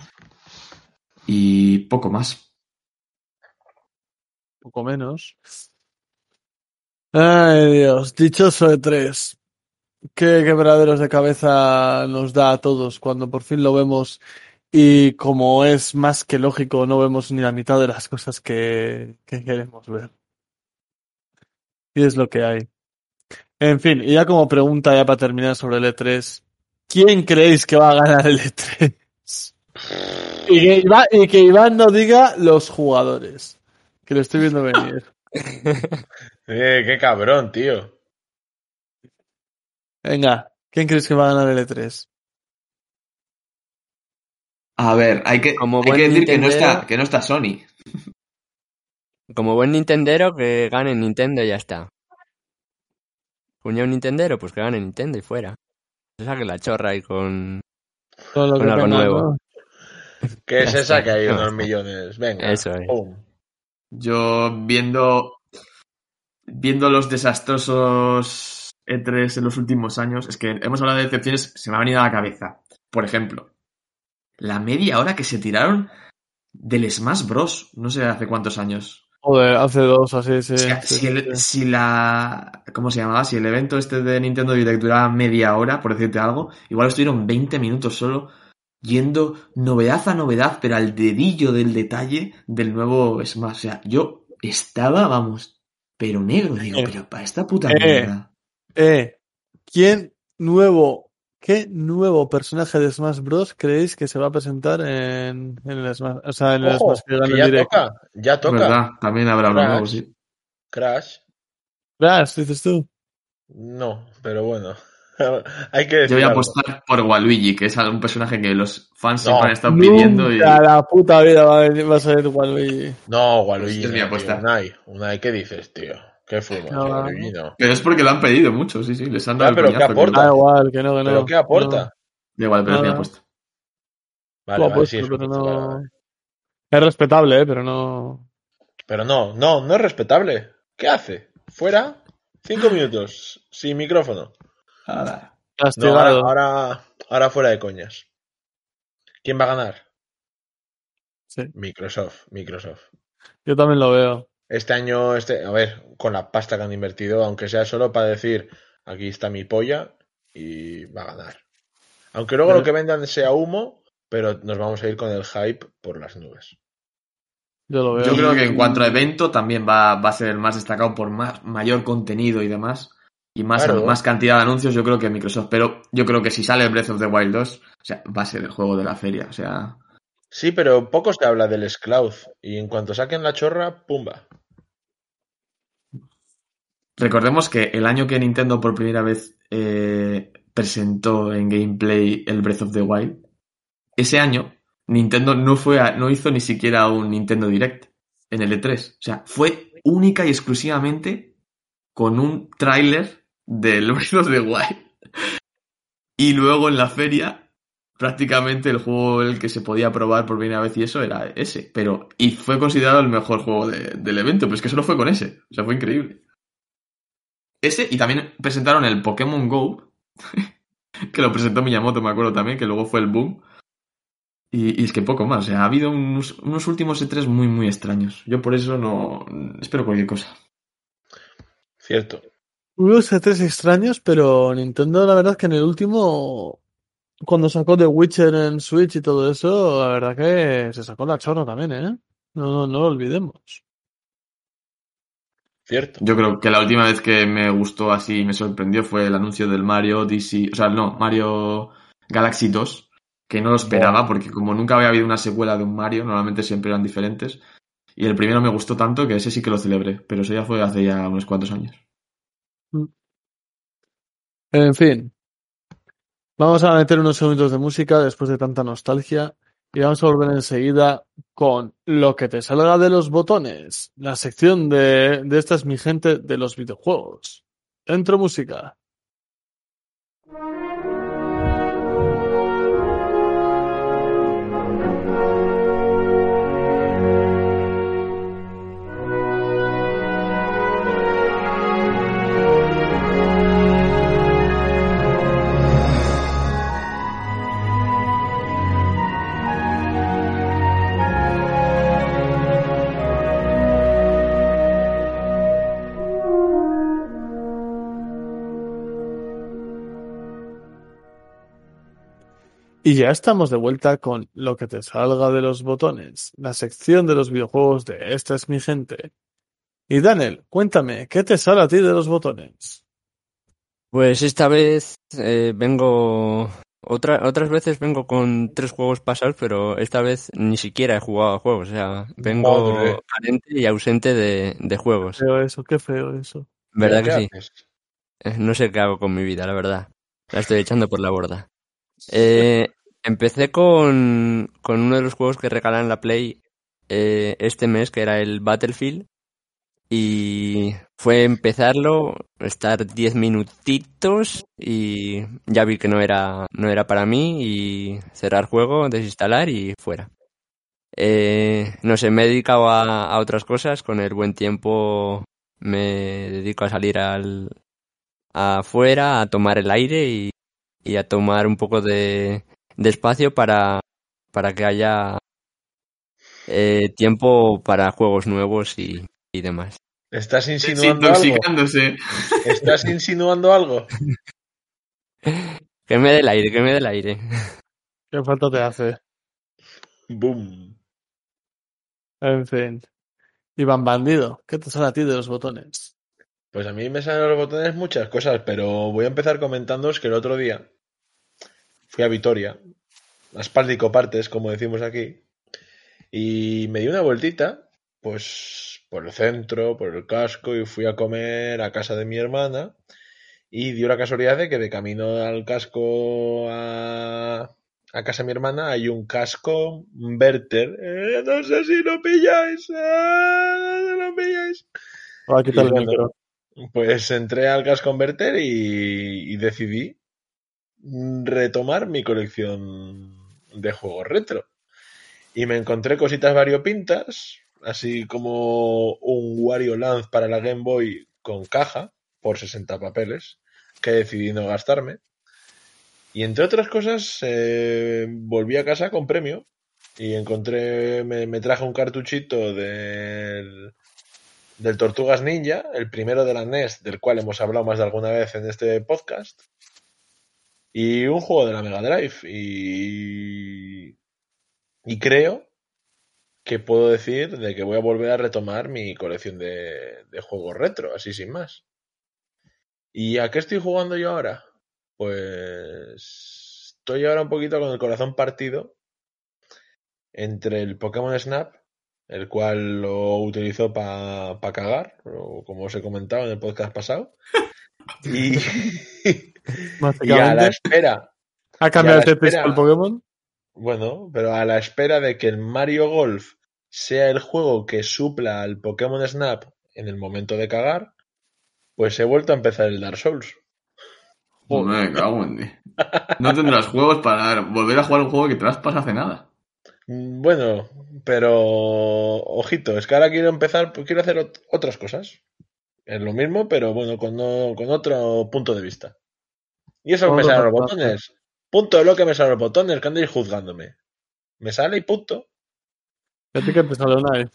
[SPEAKER 4] Y poco más.
[SPEAKER 1] Poco menos. Ay, Dios, dichoso de tres. Qué quebraderos de cabeza nos da a todos cuando por fin lo vemos y como es más que lógico, no vemos ni la mitad de las cosas que, que queremos ver. Y es lo que hay. En fin, y ya como pregunta ya para terminar sobre el E tres, ¿quién creéis que va a ganar el E tres? Y que Iván, y que Iván no diga los jugadores, que lo estoy viendo venir.
[SPEAKER 3] eh, qué cabrón, tío.
[SPEAKER 1] Venga, ¿quién creéis que va a ganar el E tres?
[SPEAKER 4] A ver, hay que,
[SPEAKER 2] Como
[SPEAKER 4] hay
[SPEAKER 2] buen
[SPEAKER 4] que decir que no,
[SPEAKER 2] nintendero,
[SPEAKER 4] está, que no está Sony.
[SPEAKER 2] como buen nintendero, que gane Nintendo y ya está. Puñado Nintendero, pues que gane Nintendo y fuera. Se saque la chorra ahí con,
[SPEAKER 1] Todo lo
[SPEAKER 2] con
[SPEAKER 1] que
[SPEAKER 2] algo
[SPEAKER 1] tengan,
[SPEAKER 2] nuevo.
[SPEAKER 1] ¿no?
[SPEAKER 3] Que
[SPEAKER 2] Ya
[SPEAKER 3] se
[SPEAKER 2] está,
[SPEAKER 3] saque ahí
[SPEAKER 2] ¿qué
[SPEAKER 3] unos
[SPEAKER 2] más da?
[SPEAKER 3] millones. Venga,
[SPEAKER 2] Eso es.
[SPEAKER 3] pum.
[SPEAKER 4] Yo viendo, viendo los desastrosos E tres en los últimos años, es que hemos hablado de decepciones, se me ha venido a la cabeza. Por ejemplo, la media hora que se tiraron del Smash Bros. No sé hace cuántos años.
[SPEAKER 1] Joder, hace dos, así, sí,
[SPEAKER 4] O sea,
[SPEAKER 1] sí,
[SPEAKER 4] si,
[SPEAKER 1] sí,
[SPEAKER 4] el,
[SPEAKER 1] sí.
[SPEAKER 4] si la... ¿Cómo se llamaba? Si el evento este de Nintendo Direct duraba media hora, por decirte algo, igual estuvieron veinte minutos solo yendo novedad a novedad, pero al dedillo del detalle del nuevo Smash. O sea, yo estaba, vamos, pero negro. Digo,
[SPEAKER 1] Eh,
[SPEAKER 4] pero para esta puta
[SPEAKER 1] eh,
[SPEAKER 4] mierda.
[SPEAKER 1] Eh, ¿quién nuevo, qué nuevo personaje de Smash Bros. Creéis que se va a presentar en, en el Smash, o sea, en el Smash
[SPEAKER 3] Ojo,
[SPEAKER 1] que gane
[SPEAKER 3] que
[SPEAKER 1] el
[SPEAKER 3] ya
[SPEAKER 1] directo?
[SPEAKER 3] toca, ya
[SPEAKER 4] Es
[SPEAKER 3] toca.
[SPEAKER 4] verdad, también habrá uno nuevo,
[SPEAKER 3] Crash,
[SPEAKER 4] sí.
[SPEAKER 3] Crash.
[SPEAKER 1] Crash, dices tú.
[SPEAKER 3] No, pero bueno. Hay que
[SPEAKER 4] Yo
[SPEAKER 3] decir
[SPEAKER 4] voy a
[SPEAKER 3] algo.
[SPEAKER 4] apostar por Waluigi, que es un personaje que los fans siempre han
[SPEAKER 3] No,
[SPEAKER 4] estado pidiendo y
[SPEAKER 1] Nunca la puta vida va a, venir- va a salir Waluigi.
[SPEAKER 3] no,
[SPEAKER 4] pues
[SPEAKER 3] Waluigi
[SPEAKER 4] es mi
[SPEAKER 3] no, tío.
[SPEAKER 4] apuesta.
[SPEAKER 3] Unai, Unai, ¿qué dices, tío? ¿Qué fumas? Waluigi
[SPEAKER 1] No,
[SPEAKER 3] no.
[SPEAKER 4] Pero es porque lo han pedido mucho, sí, sí, les han dado
[SPEAKER 3] Ya,
[SPEAKER 4] el
[SPEAKER 3] pero ¿qué
[SPEAKER 4] coñazo. Que...
[SPEAKER 3] aporta?
[SPEAKER 1] da igual, que no, que
[SPEAKER 3] ¿Pero
[SPEAKER 1] no.
[SPEAKER 3] qué
[SPEAKER 1] No,
[SPEAKER 3] aporta?
[SPEAKER 4] Da igual, pero es mi
[SPEAKER 1] nada.
[SPEAKER 4] apuesta.
[SPEAKER 1] Tú
[SPEAKER 3] Vale, vale, sí,
[SPEAKER 1] apuestas,
[SPEAKER 3] es
[SPEAKER 1] pero
[SPEAKER 3] justo, vale, vale.
[SPEAKER 1] no. Es respetable, eh, pero no.
[SPEAKER 3] Pero no, no, no es respetable. ¿Qué hace? ¿Fuera? Cinco minutos, sin micrófono.
[SPEAKER 4] Ala.
[SPEAKER 3] No, ahora,
[SPEAKER 1] Castigado.
[SPEAKER 3] ahora, ahora fuera de coñas. ¿Quién va a ganar?
[SPEAKER 1] Sí,
[SPEAKER 3] Microsoft, Microsoft.
[SPEAKER 1] yo también lo veo.
[SPEAKER 3] Este año, este, a ver, con la pasta que han invertido, aunque sea solo para decir, aquí está mi polla y va a ganar. Aunque luego lo que vendan sea humo, pero nos vamos a ir con el hype por las nubes.
[SPEAKER 1] Yo lo
[SPEAKER 4] Yo
[SPEAKER 1] veo.
[SPEAKER 4] creo que en cuanto a evento también va, va a ser más destacado por más, mayor contenido y demás. Y más,
[SPEAKER 3] Claro.
[SPEAKER 4] más cantidad de anuncios, yo creo que Microsoft. Pero yo creo que si sale Breath of the Wild dos, o sea, va a ser el juego de la feria. O sea,
[SPEAKER 3] Sí, pero poco se habla del Scloud. Y en cuanto saquen la chorra, pumba.
[SPEAKER 4] recordemos que el año que Nintendo por primera vez eh, presentó en gameplay el Breath of the Wild, ese año Nintendo no, fue a- no hizo ni siquiera un Nintendo Direct en el E tres. O sea, fue única y exclusivamente con un tráiler del Breath of the Wild. Y luego en la feria, prácticamente el juego el que se podía probar por primera vez y eso era ese. Pero, y fue considerado el mejor juego de- del evento, pero es que solo fue con ese. O sea, fue increíble. Ese, y también presentaron el Pokémon Go, que lo presentó Miyamoto, me acuerdo también, que luego fue el boom. Y, y es que poco más, o sea, ha habido unos, unos últimos E tres muy, muy extraños. Yo por eso no espero cualquier cosa.
[SPEAKER 3] Cierto.
[SPEAKER 1] Hubo C tres extraños, pero Nintendo, la verdad es que en el último, cuando sacó The Witcher en Switch y todo eso, la verdad que se sacó la chorra también, ¿eh? No, no, no lo olvidemos.
[SPEAKER 3] Cierto.
[SPEAKER 4] Yo creo que la última vez que me gustó así y me sorprendió fue el anuncio del Mario Odyssey, o sea, no, Mario Galaxy dos, que no lo esperaba porque como nunca había habido una secuela de un Mario, normalmente siempre eran diferentes. Y el primero me gustó tanto que ese sí que lo celebré, pero eso ya fue hace ya unos cuantos años.
[SPEAKER 1] En fin, vamos a meter unos segundos de música después de tanta nostalgia y vamos a volver enseguida con lo que te salga de los botones, la sección de, de esta es mi gente de los videojuegos. Entro música. Y ya estamos de vuelta con lo que te salga de los botones, la sección de los videojuegos de Esta es mi gente. Y Daniel, cuéntame, ¿qué te sale a ti de los botones?
[SPEAKER 2] Pues esta vez eh, vengo... Otra, otras veces vengo con tres juegos pasados, pero esta vez ni siquiera he jugado a juegos. O sea, vengo
[SPEAKER 3] Madre.
[SPEAKER 2] carente y ausente de, de juegos.
[SPEAKER 1] Feo eso, qué feo eso.
[SPEAKER 2] ¿Verdad
[SPEAKER 3] ¿Pero
[SPEAKER 2] que
[SPEAKER 3] qué
[SPEAKER 2] sí?
[SPEAKER 3] haces?
[SPEAKER 2] Eh, No sé qué hago con mi vida, la verdad. La estoy echando por la borda. Eh, empecé con, con uno de los juegos que regalan la Play eh, este mes, que era el Battlefield. Y fue empezarlo, estar diez minutitos y ya vi que no era, no era para mí y cerrar juego, desinstalar y fuera. Eh, no sé, me he dedicado a, a otras cosas. Con el buen tiempo me dedico a salir al, afuera, a tomar el aire y, y a tomar un poco de, de espacio para, para que haya eh, tiempo para juegos nuevos y, y demás.
[SPEAKER 3] ¿Estás insinuando algo?
[SPEAKER 4] Desintoxicándose.
[SPEAKER 3] ¿Estás insinuando algo?
[SPEAKER 2] Que me dé el aire, que me dé el aire.
[SPEAKER 1] ¿Qué falta te hace?
[SPEAKER 3] Boom.
[SPEAKER 1] En fin. Iván Bandido, ¿qué te sale a ti de los botones?
[SPEAKER 3] Pues a mí me salen los botones muchas cosas, pero voy a empezar comentándoos que el otro día fui a Vitoria, a Espaldico Partes, como decimos aquí, y me di una vueltita, pues por el centro, por el casco, y fui a comer a casa de mi hermana, y dio la casualidad de que de camino al casco a, a casa de mi hermana hay un casco Verter. Eh, no sé si lo pilláis, eh, no lo pilláis.
[SPEAKER 1] Voy a
[SPEAKER 3] Y
[SPEAKER 1] quitarle el
[SPEAKER 3] bueno,
[SPEAKER 1] micro.
[SPEAKER 3] pues entré al Cash Converter y, y decidí retomar mi colección de juegos retro. Y me encontré cositas variopintas, así como un Wario Land para la Game Boy con caja por sesenta papeles, que decidí no gastarme. Y entre otras cosas, eh, volví a casa con premio y encontré, me, me traje un cartuchito del del Tortugas Ninja, el primero de la N E S, del cual hemos hablado más de alguna vez en este podcast, y un juego de la Mega Drive. Y, y creo que puedo decir de que voy a volver a retomar mi colección de, de juegos retro, así sin más. ¿Y a qué estoy jugando yo ahora? Pues estoy ahora un poquito con el corazón partido entre el Pokémon Snap, el cual lo utilizo para pa cagar, como os he comentado en el podcast pasado, y, y a la
[SPEAKER 1] Básicamente.
[SPEAKER 3] espera,
[SPEAKER 1] ¿Ha
[SPEAKER 3] y a
[SPEAKER 1] cambiado
[SPEAKER 3] la
[SPEAKER 1] el Tetris por el
[SPEAKER 3] espera,
[SPEAKER 1] Pokémon?
[SPEAKER 3] bueno, pero a la espera de que el Mario Golf sea el juego que supla al Pokémon Snap en el momento de cagar, pues he vuelto a empezar el Dark Souls.
[SPEAKER 4] Joder, me cago en ti. No tendrás juegos para volver a jugar un juego que te las pasas hace nada.
[SPEAKER 3] Bueno, pero ojito, es que ahora quiero empezar, quiero hacer ot- otras cosas. Es lo mismo, pero bueno, con, no- con otro punto de vista. Y eso que
[SPEAKER 1] Con
[SPEAKER 3] me
[SPEAKER 1] otro
[SPEAKER 3] salen los
[SPEAKER 1] personaje.
[SPEAKER 3] botones. Punto de lo que me salen los botones, que andéis juzgándome. Me sale y punto.
[SPEAKER 1] ¿Y a ti qué te sale una vez?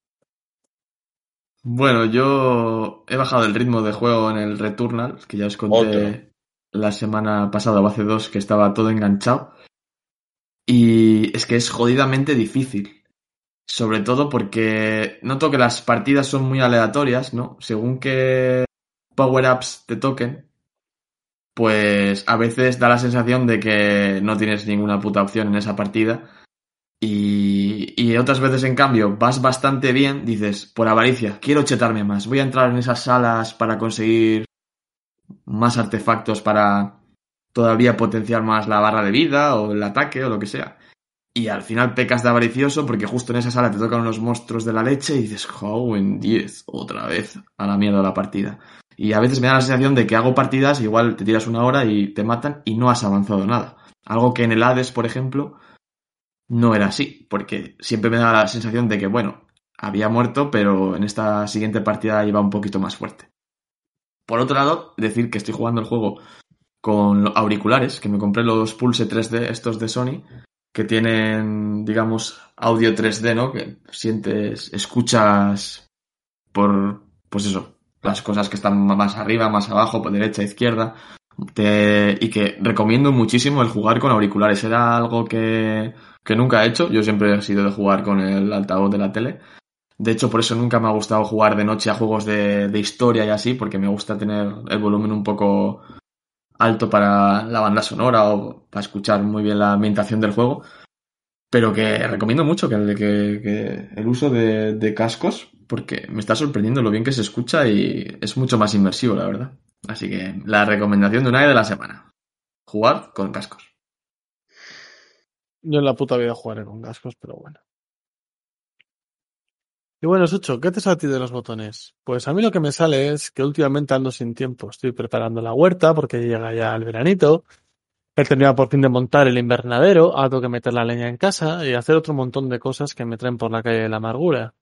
[SPEAKER 4] Bueno, yo he bajado el ritmo de juego en el Returnal, que ya os
[SPEAKER 3] Otro.
[SPEAKER 4] conté la semana pasada o hace dos que estaba todo enganchado. Y es que es jodidamente difícil. Sobre todo porque noto que las partidas son muy aleatorias, ¿no? Según qué power-ups te toquen, pues a veces da la sensación de que no tienes ninguna puta opción en esa partida. Y, y otras veces, en cambio, vas bastante bien, dices, por avaricia, quiero chetarme más, voy a entrar en esas salas para conseguir más artefactos para todavía potenciar más la barra de vida o el ataque o lo que sea. Y al final pecas de avaricioso porque justo en esa sala te tocan unos monstruos de la leche y dices, oh, en diez, otra vez, a la mierda la partida. Y a veces me da la sensación de que hago partidas, igual te tiras una hora y te matan y no has avanzado nada. Algo que en el Hades, por ejemplo, no era así, porque siempre me da la sensación de que, bueno, había muerto, pero en esta siguiente partida iba un poquito más fuerte. Por otro lado, decir que estoy jugando el juego con auriculares, que me compré los Pulse tres D, estos de Sony, que tienen, digamos, audio tres D, ¿no? Que sientes, escuchas por, pues eso, las cosas que están más arriba, más abajo, por derecha, izquierda. Te, y que recomiendo muchísimo el jugar con auriculares. Era algo que, que nunca he hecho. Yo siempre he sido de jugar con el altavoz de la tele. De hecho, por eso nunca me ha gustado jugar de noche a juegos de, de historia y así, porque me gusta tener el volumen un poco alto para la banda sonora o para escuchar muy bien la ambientación del juego. Pero que recomiendo mucho que, que, que el uso de, de cascos, porque me está sorprendiendo lo bien que se escucha y es mucho más inmersivo, la verdad. Así que la recomendación de una de la semana. Jugar con cascos.
[SPEAKER 1] Yo en la puta vida jugaré con cascos, pero bueno. Y bueno, Sucho, ¿qué te sale a ti de los botones? Pues a mí lo que me sale es que últimamente ando sin tiempo. Estoy preparando la huerta porque llega ya el veranito. He terminado por fin de montar el invernadero. Ahora tengo que meter la leña en casa y hacer otro montón de cosas que me traen por la calle de la amargura.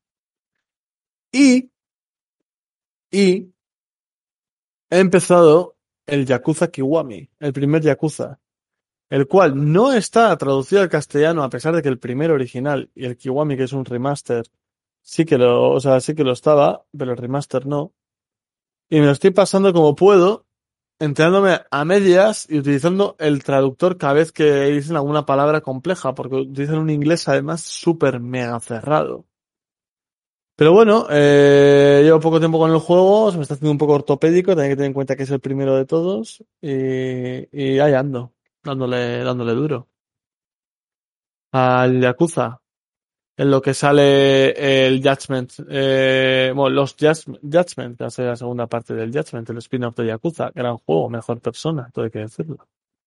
[SPEAKER 1] Y, y he empezado el Yakuza Kiwami, el primer Yakuza, el cual no está traducido al castellano a pesar de que el primer original y el Kiwami, que es un remaster, sí que lo, o sea, sí que lo estaba, pero el remaster no. Y me lo estoy pasando como puedo, enterándome a medias y utilizando el traductor cada vez que dicen alguna palabra compleja, porque utilizan un inglés además súper mega cerrado. Pero bueno, eh, llevo poco tiempo con el juego, se me está haciendo un poco ortopédico, también hay que tener en cuenta que es el primero de todos, y, y ahí ando, dándole, dándole duro. Al Yakuza, en lo que sale el Judgment, eh, bueno, los Judgment, Judgment, que hace la segunda parte del Judgment, el spin-off de Yakuza, gran juego, mejor persona, todo hay que decirlo.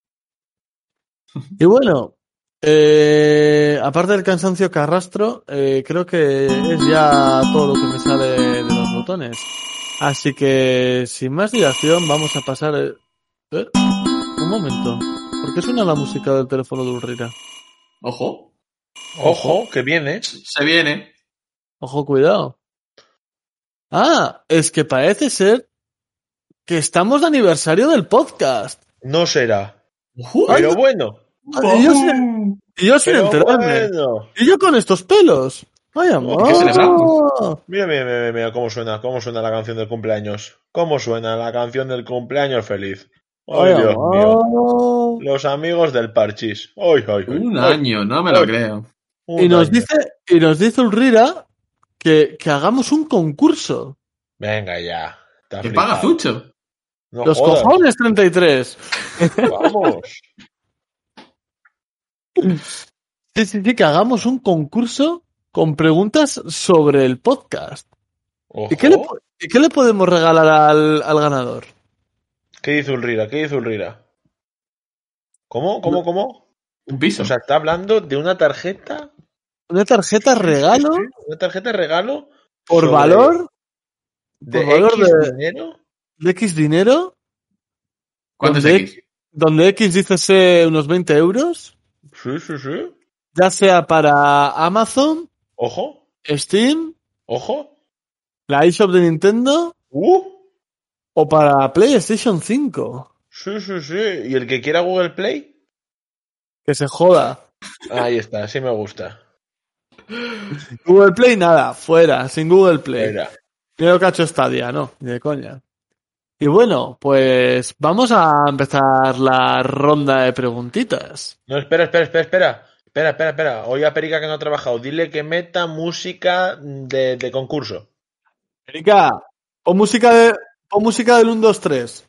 [SPEAKER 1] Y bueno, eh, aparte del cansancio que arrastro, eh, creo que es ya todo lo que me sale de los botones. Así que, sin más dilación, vamos a pasar... eh, ¿eh? Un momento. ¿Por qué suena la música del teléfono de Urrira?
[SPEAKER 4] Ojo,
[SPEAKER 3] Ojo, que viene.
[SPEAKER 4] se viene.
[SPEAKER 1] Ojo, cuidado. Ah, es que parece ser que estamos de aniversario del podcast.
[SPEAKER 3] No será.
[SPEAKER 4] Ojo.
[SPEAKER 3] Pero bueno.
[SPEAKER 1] Y yo sin, y yo sin
[SPEAKER 3] Pero
[SPEAKER 1] enterarme.
[SPEAKER 3] bueno.
[SPEAKER 1] Y yo con estos pelos. ¡Ay, amor!
[SPEAKER 4] ¿Qué celebramos?
[SPEAKER 3] Mira, mira, mira, mira cómo suena, cómo suena la canción del cumpleaños. ¿Cómo suena la canción del cumpleaños feliz? ¡Ay,
[SPEAKER 1] ¡Ay,
[SPEAKER 3] Dios mío!
[SPEAKER 1] amor!
[SPEAKER 3] Los amigos del parchís. ¡Ay, ay, ay!
[SPEAKER 4] Un
[SPEAKER 3] ay!
[SPEAKER 4] año, no me lo
[SPEAKER 3] ay,
[SPEAKER 4] creo.
[SPEAKER 3] un
[SPEAKER 1] Y nos
[SPEAKER 3] año.
[SPEAKER 1] dice, y nos dice Urrira que, que hagamos un concurso.
[SPEAKER 3] Venga ya. Te has
[SPEAKER 4] ¿Qué paga
[SPEAKER 3] flipado.
[SPEAKER 4] Zucho?
[SPEAKER 3] No
[SPEAKER 1] Los
[SPEAKER 3] jodas.
[SPEAKER 1] cojones treinta y tres.
[SPEAKER 3] Vamos.
[SPEAKER 1] Sí, sí, sí, que hagamos un concurso con preguntas sobre el podcast.
[SPEAKER 3] Ojo.
[SPEAKER 1] ¿Y qué le, po- y qué le podemos regalar al, al ganador?
[SPEAKER 3] ¿Qué dice Ulrira? ¿Qué dice Ulrira? ¿Cómo? ¿Cómo? ¿Cómo?
[SPEAKER 4] Un piso.
[SPEAKER 3] O sea, está hablando de una tarjeta.
[SPEAKER 1] Una tarjeta regalo
[SPEAKER 3] Sí, sí, una tarjeta de regalo.
[SPEAKER 1] por
[SPEAKER 3] sobre-
[SPEAKER 1] valor,
[SPEAKER 3] de
[SPEAKER 1] por valor
[SPEAKER 3] X
[SPEAKER 1] de-
[SPEAKER 3] dinero.
[SPEAKER 1] de X dinero,
[SPEAKER 4] ¿Cuánto es
[SPEAKER 1] donde
[SPEAKER 4] X?
[SPEAKER 1] donde X dice ser unos veinte euros,
[SPEAKER 3] Sí, sí, sí.
[SPEAKER 1] ya sea para Amazon,
[SPEAKER 3] Ojo.
[SPEAKER 1] Steam,
[SPEAKER 3] Ojo.
[SPEAKER 1] la eShop de Nintendo
[SPEAKER 3] Uh.
[SPEAKER 1] o para PlayStation cinco.
[SPEAKER 3] Sí, sí, sí. ¿Y el que quiera Google Play?
[SPEAKER 1] Que se joda.
[SPEAKER 3] Ahí está, así me gusta.
[SPEAKER 1] Google Play nada, fuera, sin Google Play.
[SPEAKER 3] Mira.
[SPEAKER 1] Mira lo que ha hecho Stadia, no, ni de coña. Y bueno, pues vamos a empezar la ronda de preguntitas.
[SPEAKER 3] No, espera, espera, espera, espera. Espera, espera, espera. Oye a Perica que no ha trabajado. Dile que meta música de, de concurso.
[SPEAKER 1] Erika, pon música de, pon música del uno, dos, tres.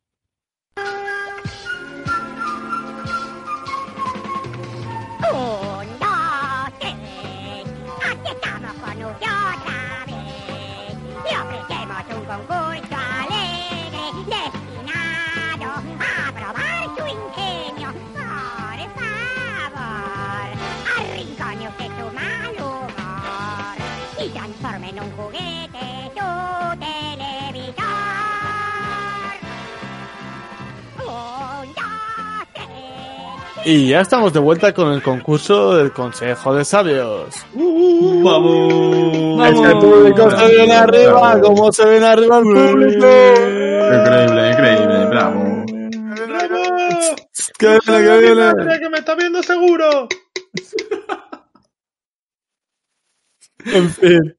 [SPEAKER 5] Un, dos, tres. Aquí estamos con Uge otra vez. Le ofrecemos un concurso alegre destinado a probar su ingenio. Por favor, arrincone usted su mal humor y transforme en un juguete su televisor. Un, dos, tres.
[SPEAKER 1] Y ya estamos de vuelta con el concurso del Consejo de Sabios.
[SPEAKER 4] ¡Vamos!
[SPEAKER 1] ¡Ese público se viene arriba! ¿Cómo se viene arriba el público?
[SPEAKER 4] Increíble, increíble, bravo.
[SPEAKER 1] ¡Que viene, que viene!
[SPEAKER 3] ¡Mira que me está viendo seguro!
[SPEAKER 1] En fin.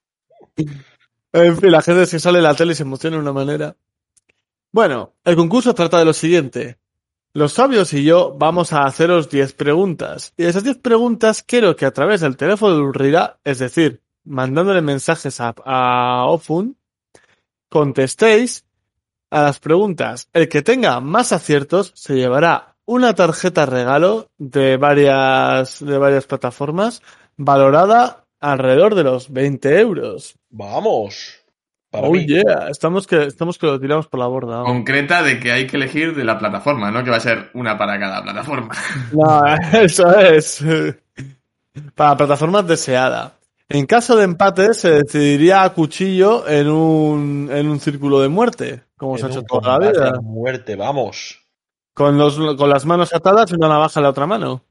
[SPEAKER 1] En fin, la gente se sale de la tele y se emociona de una manera. Bueno, el concurso trata de lo siguiente. Los sabios y yo vamos a haceros diez preguntas. Y de esas diez preguntas quiero que a través del teléfono de Urrira, es decir, mandándole mensajes a, a Ofun, contestéis a las preguntas. El que tenga más aciertos se llevará una tarjeta regalo de varias, de varias plataformas valorada alrededor de los veinte euros.
[SPEAKER 3] Vamos. Para
[SPEAKER 1] Oh
[SPEAKER 3] mí.
[SPEAKER 1] yeah, estamos que, estamos que lo tiramos por la borda. ¿no?
[SPEAKER 4] Concreta de que hay que elegir de la plataforma, no que va a ser una para cada plataforma.
[SPEAKER 1] No, eso es. Para plataformas deseada. En caso de empate, se decidiría a cuchillo en un, en un círculo de muerte, como se ha
[SPEAKER 3] En
[SPEAKER 1] hecho
[SPEAKER 3] un
[SPEAKER 1] toda la
[SPEAKER 3] combate
[SPEAKER 1] vida.
[SPEAKER 3] a muerte, vamos.
[SPEAKER 1] Con, los, con las manos atadas y una navaja en la otra mano.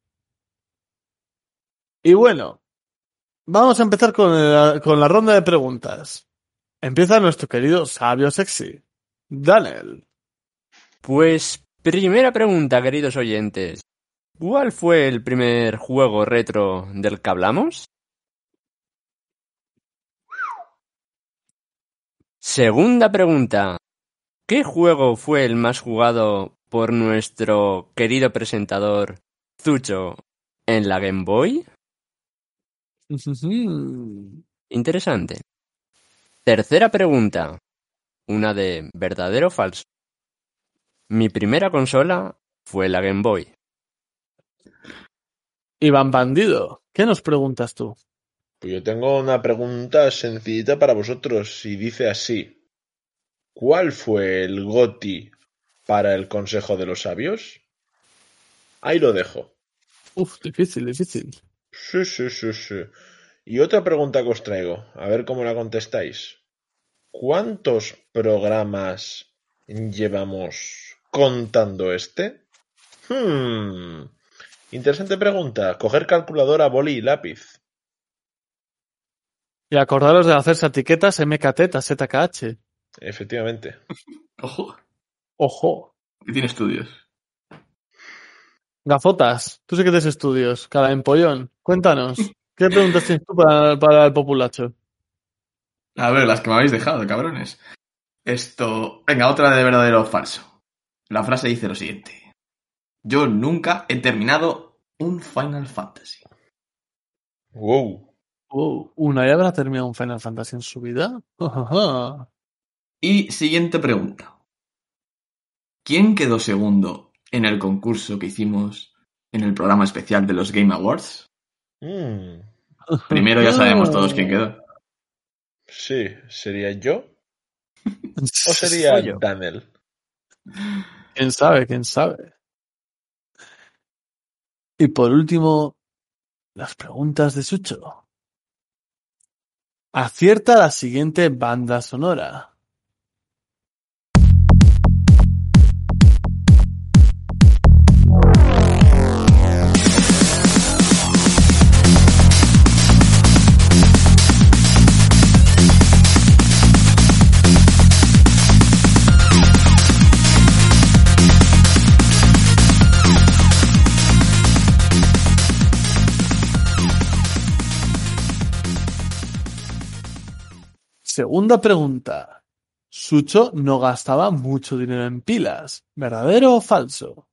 [SPEAKER 1] Y bueno, vamos a empezar con, el- con la ronda de preguntas. Empieza nuestro querido sabio sexy, Daniel.
[SPEAKER 2] Pues primera pregunta, queridos oyentes. ¿Cuál fue el primer juego retro del que hablamos? Segunda pregunta. ¿Qué juego fue el más jugado por nuestro querido presentador Zucho en la Game Boy? Interesante. Tercera pregunta. Una de verdadero o falso. Mi primera consola fue la Game Boy.
[SPEAKER 1] Iván Bandido, ¿qué nos preguntas tú?
[SPEAKER 3] Pues yo tengo una pregunta sencillita para vosotros y dice así. ¿Cuál fue el GOTY para el Consejo de los Sabios? Ahí lo dejo.
[SPEAKER 1] Uf, difícil, difícil.
[SPEAKER 3] Sí, sí, sí, sí. Y otra pregunta que os traigo, a ver cómo la contestáis. ¿Cuántos programas llevamos contando este? Hmm. Interesante pregunta. Coger calculadora, boli y lápiz.
[SPEAKER 1] Y acordaros de hacerse etiquetas M K T, Z K H.
[SPEAKER 3] Efectivamente.
[SPEAKER 4] Ojo,
[SPEAKER 1] Ojo.
[SPEAKER 4] que tiene estudios.
[SPEAKER 1] Gafotas, tú sí que tienes estudios, cara empollón. Cuéntanos, ¿qué preguntas tienes tú para, para el populacho?
[SPEAKER 4] A ver, las que me habéis dejado, cabrones. Esto... Venga, otra de verdadero o falso. La frase dice lo siguiente. Yo nunca he terminado un Final Fantasy.
[SPEAKER 3] Wow.
[SPEAKER 1] Oh, ¿una ya habrá terminado un Final Fantasy en su vida?
[SPEAKER 4] Y siguiente pregunta. ¿Quién quedó segundo en el concurso que hicimos en el programa especial de los Game Awards?
[SPEAKER 3] Mm.
[SPEAKER 4] Primero ya sabemos todos quién quedó.
[SPEAKER 3] Sí, ¿sería yo? ¿O sería
[SPEAKER 2] Soy yo.
[SPEAKER 3] Daniel?
[SPEAKER 1] ¿Quién sabe? ¿Quién sabe? Y por último, las preguntas de Sucho. Acierta la siguiente banda sonora. Segunda pregunta. Sucho no gastaba mucho dinero en pilas. ¿Verdadero o falso?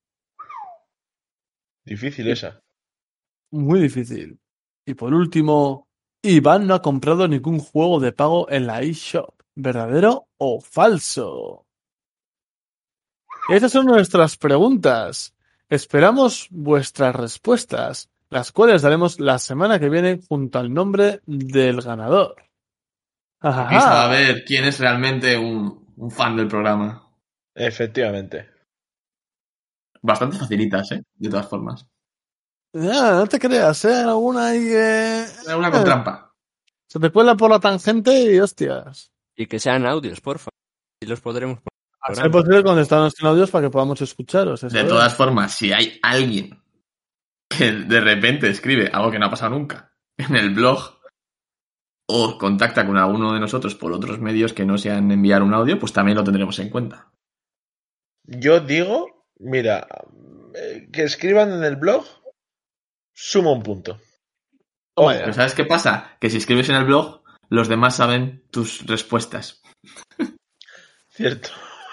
[SPEAKER 3] Difícil esa.
[SPEAKER 1] Muy difícil. Y por último, Iván no ha comprado ningún juego de pago en la eShop. ¿Verdadero o falso? Esas son nuestras preguntas. Esperamos vuestras respuestas, las cuales daremos la semana que viene junto al nombre del ganador.
[SPEAKER 4] Aquí se va a ver quién es realmente un, un fan del programa.
[SPEAKER 3] Efectivamente.
[SPEAKER 4] Bastante facilitas, ¿eh? De todas formas.
[SPEAKER 1] Ya, no te creas, ¿eh? Alguna ahí que...
[SPEAKER 4] Era una con trampa.
[SPEAKER 1] Se te cuela por la tangente y hostias.
[SPEAKER 2] Y que sean audios, porfa. Y los podremos poner.
[SPEAKER 1] A ser posible contestarnos en audios para que podamos escucharos. eso
[SPEAKER 4] De
[SPEAKER 1] es.
[SPEAKER 4] todas formas, si hay alguien que de repente escribe algo que no ha pasado nunca en el blog o contacta con alguno de nosotros por otros medios que no sean enviar un audio, pues también lo tendremos en cuenta.
[SPEAKER 3] Yo digo, mira, eh, que escriban en el blog, suma un punto.
[SPEAKER 1] Toma
[SPEAKER 3] Ojo.
[SPEAKER 1] ya.
[SPEAKER 4] Pero ¿sabes qué pasa? Que si escribes en el blog, los demás saben tus respuestas.
[SPEAKER 3] Cierto.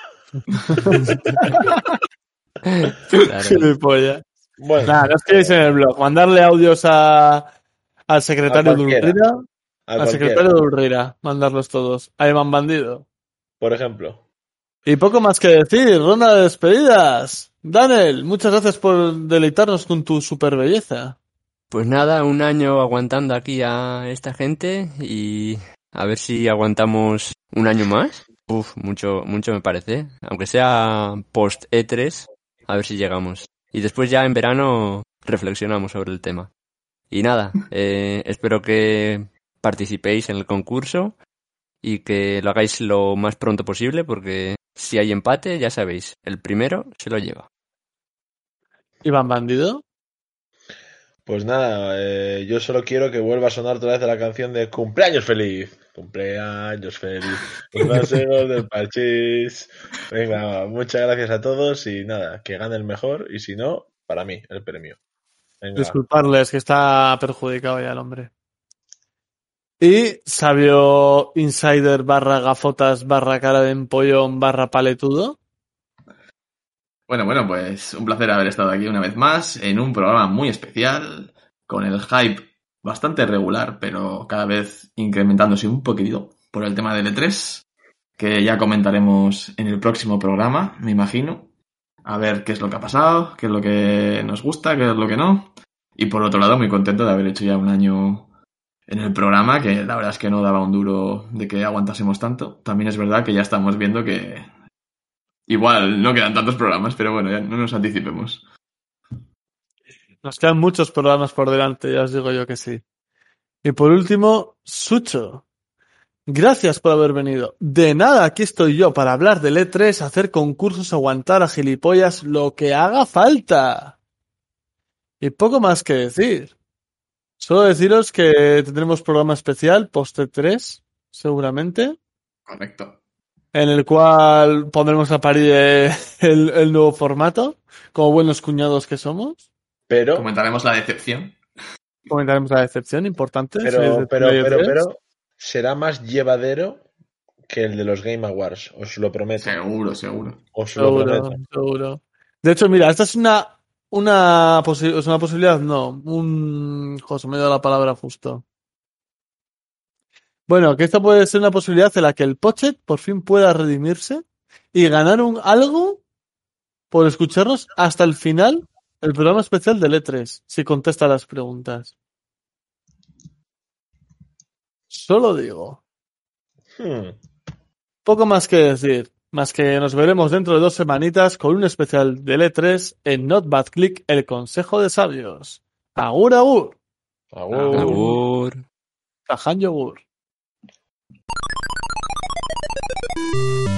[SPEAKER 2] Claro.
[SPEAKER 1] Gilipollas.
[SPEAKER 3] Bueno,
[SPEAKER 1] Nada, no escribáis en el blog. Mandarle audios a, al secretario
[SPEAKER 3] A
[SPEAKER 1] de
[SPEAKER 3] cualquiera.
[SPEAKER 1] Ulrira.
[SPEAKER 3] a
[SPEAKER 1] Al
[SPEAKER 3] cualquiera,
[SPEAKER 1] secretario de Ulrira. Mandarlos todos. A Iván Bandido.
[SPEAKER 3] por ejemplo.
[SPEAKER 1] Y poco más que decir. Ronda de despedidas. Daniel, muchas gracias por deleitarnos con tu super belleza.
[SPEAKER 2] Pues nada, un año aguantando aquí a esta gente y a ver si aguantamos un año más. Uf, mucho, mucho me parece. Aunque sea post E tres, a ver si llegamos. Y después ya en verano reflexionamos sobre el tema. Y nada, eh, espero que participéis en el concurso y que lo hagáis lo más pronto posible porque si hay empate, ya sabéis, el primero se lo lleva.
[SPEAKER 1] Iván Bandido.
[SPEAKER 3] Pues nada, eh, yo solo quiero que vuelva a sonar otra vez la canción de Cumpleaños feliz. Cumpleaños feliz. Los paseos del parchís. Venga, muchas gracias a todos y nada, que gane el mejor y si no, para mí, el premio. Venga.
[SPEAKER 1] Disculparles que está perjudicado ya el hombre. Y sabio insider barra gafotas barra cara de empollón barra paletudo.
[SPEAKER 4] Bueno, bueno, pues un placer haber estado aquí una vez más en un programa muy especial, con el hype bastante regular, pero cada vez incrementándose un poquitito por el tema del E tres, que ya comentaremos en el próximo programa, me imagino. A ver qué es lo que ha pasado, qué es lo que nos gusta, qué es lo que no. Y por otro lado, muy contento de haber hecho ya un año en el programa, que la verdad es que no daba un duro de que aguantásemos tanto. También es verdad que ya estamos viendo que igual no quedan tantos programas, pero bueno, ya no nos anticipemos.
[SPEAKER 1] Nos quedan muchos programas por delante, ya os digo yo que sí. Y por último, Sucho. Gracias por haber venido. De nada, aquí estoy yo para hablar del E tres, hacer concursos, aguantar a gilipollas, lo que haga falta. Y poco más que decir. Solo deciros que tendremos programa especial post-E tres, seguramente,
[SPEAKER 4] Correcto.
[SPEAKER 1] en el cual pondremos a parir eh, el, el nuevo formato, como buenos cuñados que somos.
[SPEAKER 3] Pero,
[SPEAKER 4] Comentaremos la decepción.
[SPEAKER 1] Comentaremos la decepción importante.
[SPEAKER 3] pero,
[SPEAKER 1] Feliz de
[SPEAKER 3] pero,
[SPEAKER 1] Play
[SPEAKER 3] pero,
[SPEAKER 1] tres.
[SPEAKER 3] pero, será más llevadero que el de los Game Awards, os lo prometo.
[SPEAKER 4] Seguro, seguro.
[SPEAKER 3] Os lo
[SPEAKER 1] Seguro,
[SPEAKER 3] prometo.
[SPEAKER 1] seguro. De hecho, mira, esta es una una, posi- es una posibilidad, no, un... José, me dio la palabra justo. Bueno, que esta puede ser una posibilidad en la que el Pochet por fin pueda redimirse y ganar un algo por escucharnos hasta el final el programa especial del E tres, si contesta las preguntas. Solo digo.
[SPEAKER 3] Hmm.
[SPEAKER 1] Poco más que decir, más que nos veremos dentro de dos semanitas con un especial del E tres en Not Bad Click, el consejo de sabios. Agur, agur.
[SPEAKER 3] Agur.
[SPEAKER 2] Agur.
[SPEAKER 1] Cajan yogur.